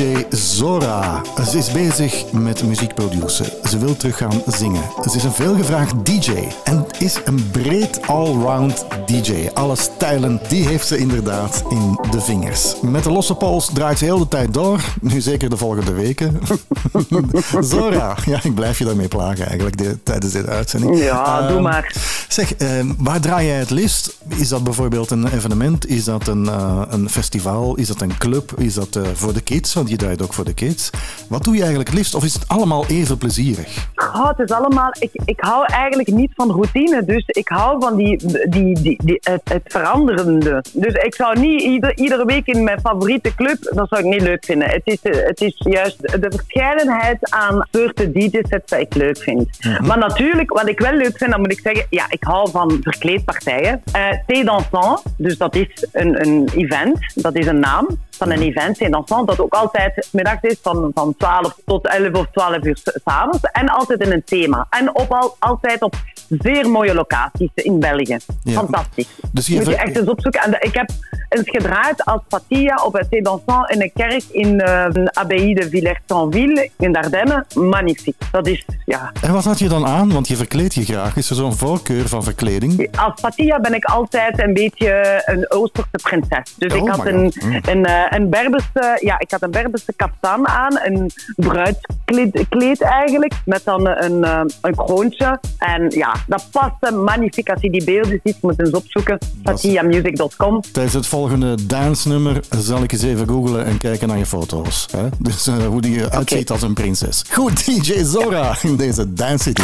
J Zora. Ze is bezig met muziekproduceren. Ze wil terug gaan zingen. Ze is een veelgevraagd D J en is een breed allround D J. Alle stijlen, die heeft ze inderdaad in de vingers. Met de losse pols draait ze heel de tijd door. Nu zeker de volgende weken. Zora, ja, ik blijf je daarmee plagen eigenlijk de, tijdens deze uitzending. Ja, uh, doe maar. Zeg, uh, waar draai jij het liefst? Is dat bijvoorbeeld een evenement? Is dat een, uh, een festival? Is dat een club? Is dat uh, voor de kids? Want je draait ook voor de kids. Wat doe je eigenlijk het liefst? Of is het allemaal even plezierig? Oh, het is allemaal... Ik, ik hou eigenlijk niet van routine. Dus ik hou van die, die, die, die, het, het veranderende. Dus ik zou niet ieder, iedere week in mijn favoriete club... Dat zou ik niet leuk vinden. Het is, het is juist de verscheidenheid aan soorten D J's dat ik leuk vind. Mm-hmm. Maar natuurlijk, wat ik wel leuk vind, dan moet ik zeggen... Ja, ik hou van verkleedpartijen. Uh, Thé dansant, dus dat is een, een event. Dat is een naam van een event. Thé dansant, dat ook altijd middags is van, van twaalf tot elf of twaalf uur 's avonds. En altijd in een thema. En op al, altijd op zeer mooie locaties in België. Ja. Fantastisch. Dus je moet je echt eens opzoeken. En ik heb eens gedraaid als Fatilla op het Thé dansant in een kerk in uh, de abbaye de Villers-Saint-Ville in Dardenne. Magnifiek. Dat is, ja... En wat had je dan aan? Want je verkleed je graag. Is er zo'n voorkeur van verkleding? Als Fatilla ben ik altijd een beetje een Oosterse prinses. Dus oh, ik had een, een, een, een Berberse, ja, ik had een Berberse kaftan aan, een bruidskleed kleed eigenlijk, met dan een, een, een kroontje. En ja, dat paste magnifiek. Als je die beelden ziet, moet je eens opzoeken. fatilla music dot com. Tijdens het volgende dance-nummer zal ik eens even googlen en kijken naar je foto's. Hè? Dus uh, hoe die eruit okay. ziet als een prinses. Goed, D J Zora in deze Dance City.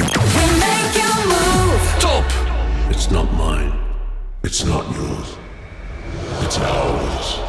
Top! It's not mine. It's not yours. It's ours.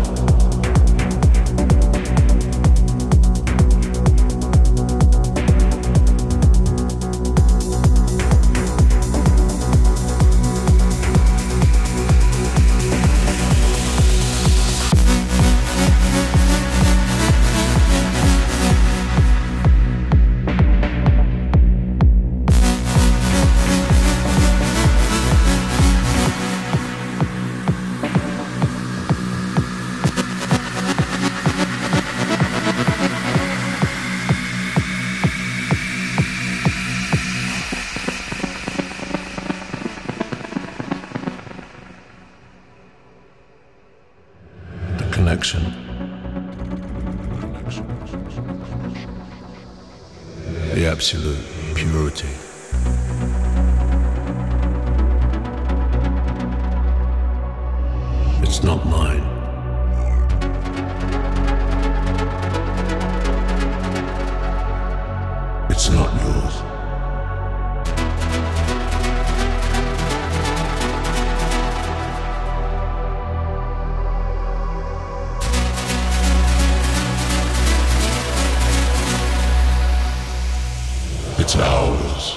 Connection. The absolute purity. It's not mine. It's not yours. It's ours.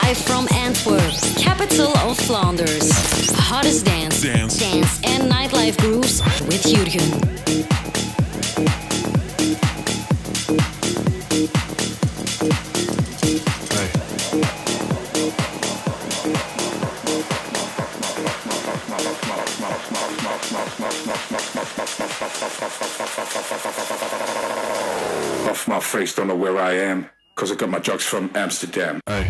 Live from Antwerp, capital of Flanders. Hottest dance, dance, dance and nightlife grooves with Jurgen. Off my face, don't know where I am, cause I got my drugs from Amsterdam. Hey.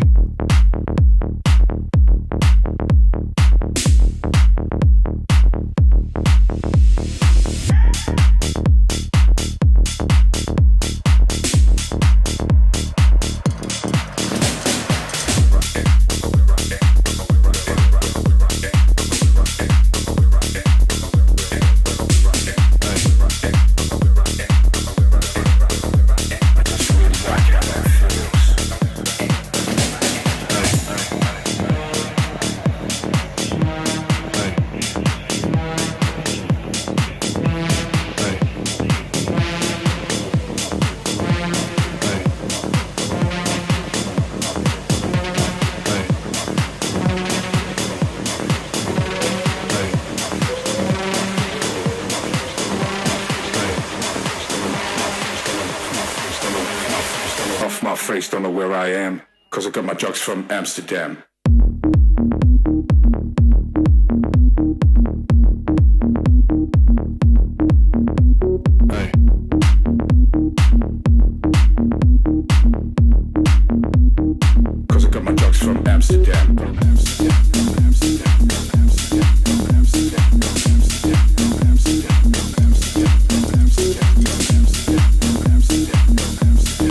Face, don't know where I am, cause I got my drugs from Amsterdam. Hey. Cause I got my drugs from Amsterdam. From Amsterdam, from Amsterdam, from Amsterdam, from Amsterdam, from Amsterdam, from Amsterdam, from Amsterdam, from Amsterdam, from Amsterdam, from Amsterdam, from Amsterdam.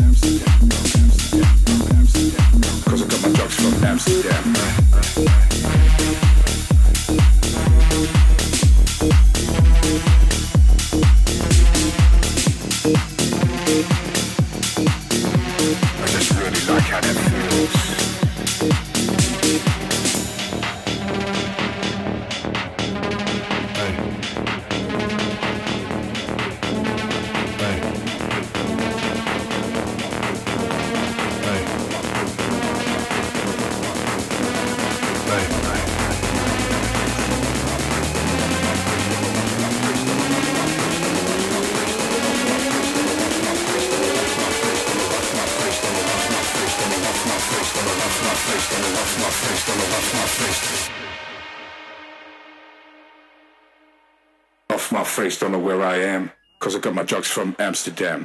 Cause I got my drugs from Amsterdam. I just really like how that feels. Off my face, don't know where I am, cause I got my drugs from Amsterdam.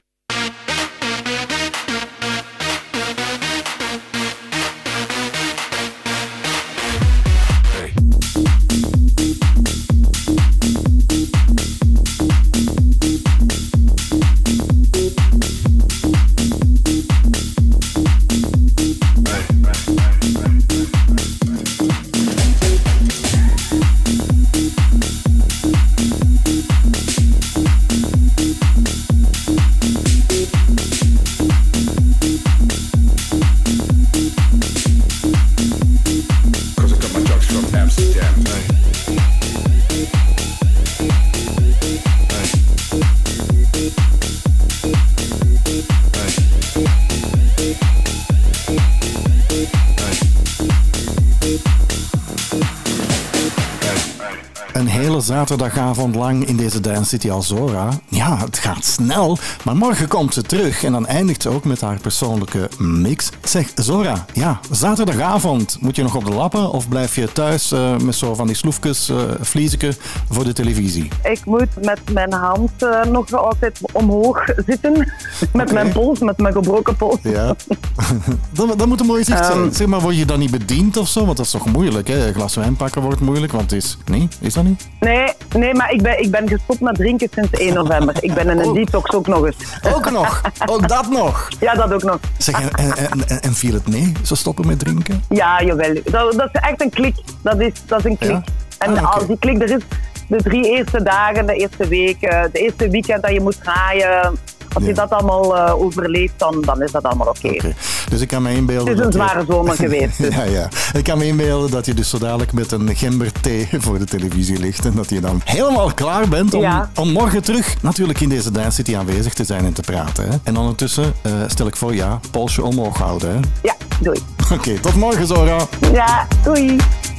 Zaterdagavond lang in deze Dance City Azora. Ja, het gaat snel, maar morgen komt ze terug en dan eindigt ze ook met haar persoonlijke mix. Zeg, Zora, ja, zaterdagavond, moet je nog op de lappen of blijf je thuis uh, met zo van die sloefjes, uh, vliezeke voor de televisie? Ik moet met mijn hand uh, nog altijd omhoog zitten, met okay. mijn pols, met mijn gebroken pols. Ja, dat, dat moet een mooie zicht zijn. Um, zeg maar, word je dan niet bediend of zo? Want dat is toch moeilijk, hè? Een glas wijn pakken wordt moeilijk, want het is... Nee, is dat niet? Nee, nee, maar ik ben, ik ben gestopt met drinken sinds één november. Ik ben in een oh. detox ook nog eens. Ook nog? Ook dat nog? Ja, dat ook nog. Zeg, en, en, en, en viel het mee, zo stoppen met drinken? Ja, jawel. Dat, dat is echt een klik. Dat is, dat is een klik. Ja? En ah, okay. als die klik er is, de drie eerste dagen, de eerste weken, de eerste weekend dat je moet draaien... Als ja. je dat allemaal uh, overleeft, dan, dan is dat allemaal oké. Okay. Okay. Dus ik kan me inbeelden... Het is een zware je... zomer geweest. Dus. ja, ja. Ik kan me inbeelden dat je dus zo dadelijk met een gemberthee voor de televisie ligt en dat je dan helemaal klaar bent om, ja. om morgen terug natuurlijk in deze Dance City aanwezig te zijn en te praten. Hè? En ondertussen uh, stel ik voor, ja, polsje omhoog houden. Hè? Ja, doei. Oké, okay, tot morgen Zora. Ja, doei.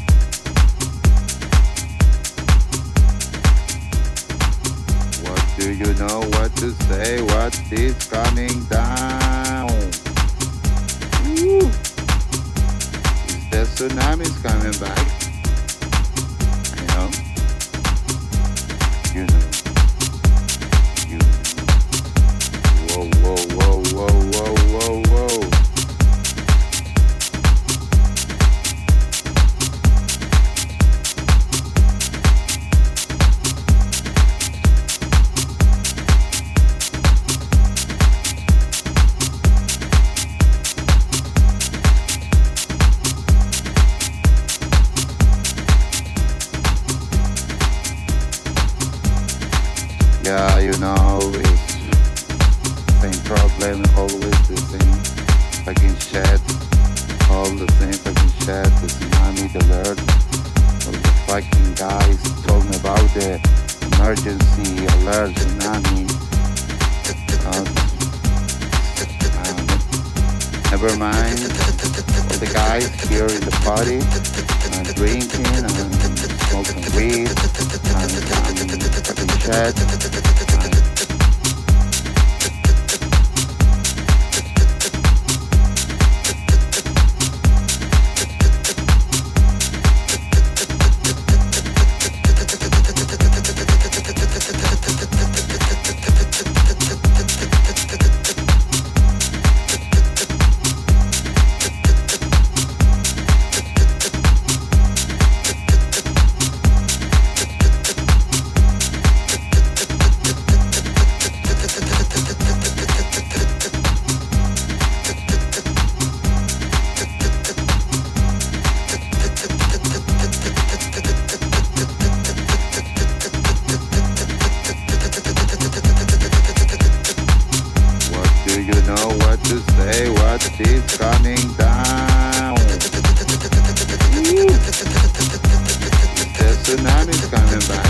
What do you know what to say? What is coming down? Ooh. Is the tsunami's coming back? You know? You know. You know. Whoa, whoa, whoa, whoa, whoa, whoa, whoa. Yeah, you know, it's same problem, always the same fucking shit, all the same fucking shit, the tsunami, the alert, all the fucking guys talking about the emergency alert, tsunami. Uh, um, never mind, all the guys here in the party, uh, drinking and smoking weed, and um, fucking shit. It's coming down. Ooh. The tsunami's coming back.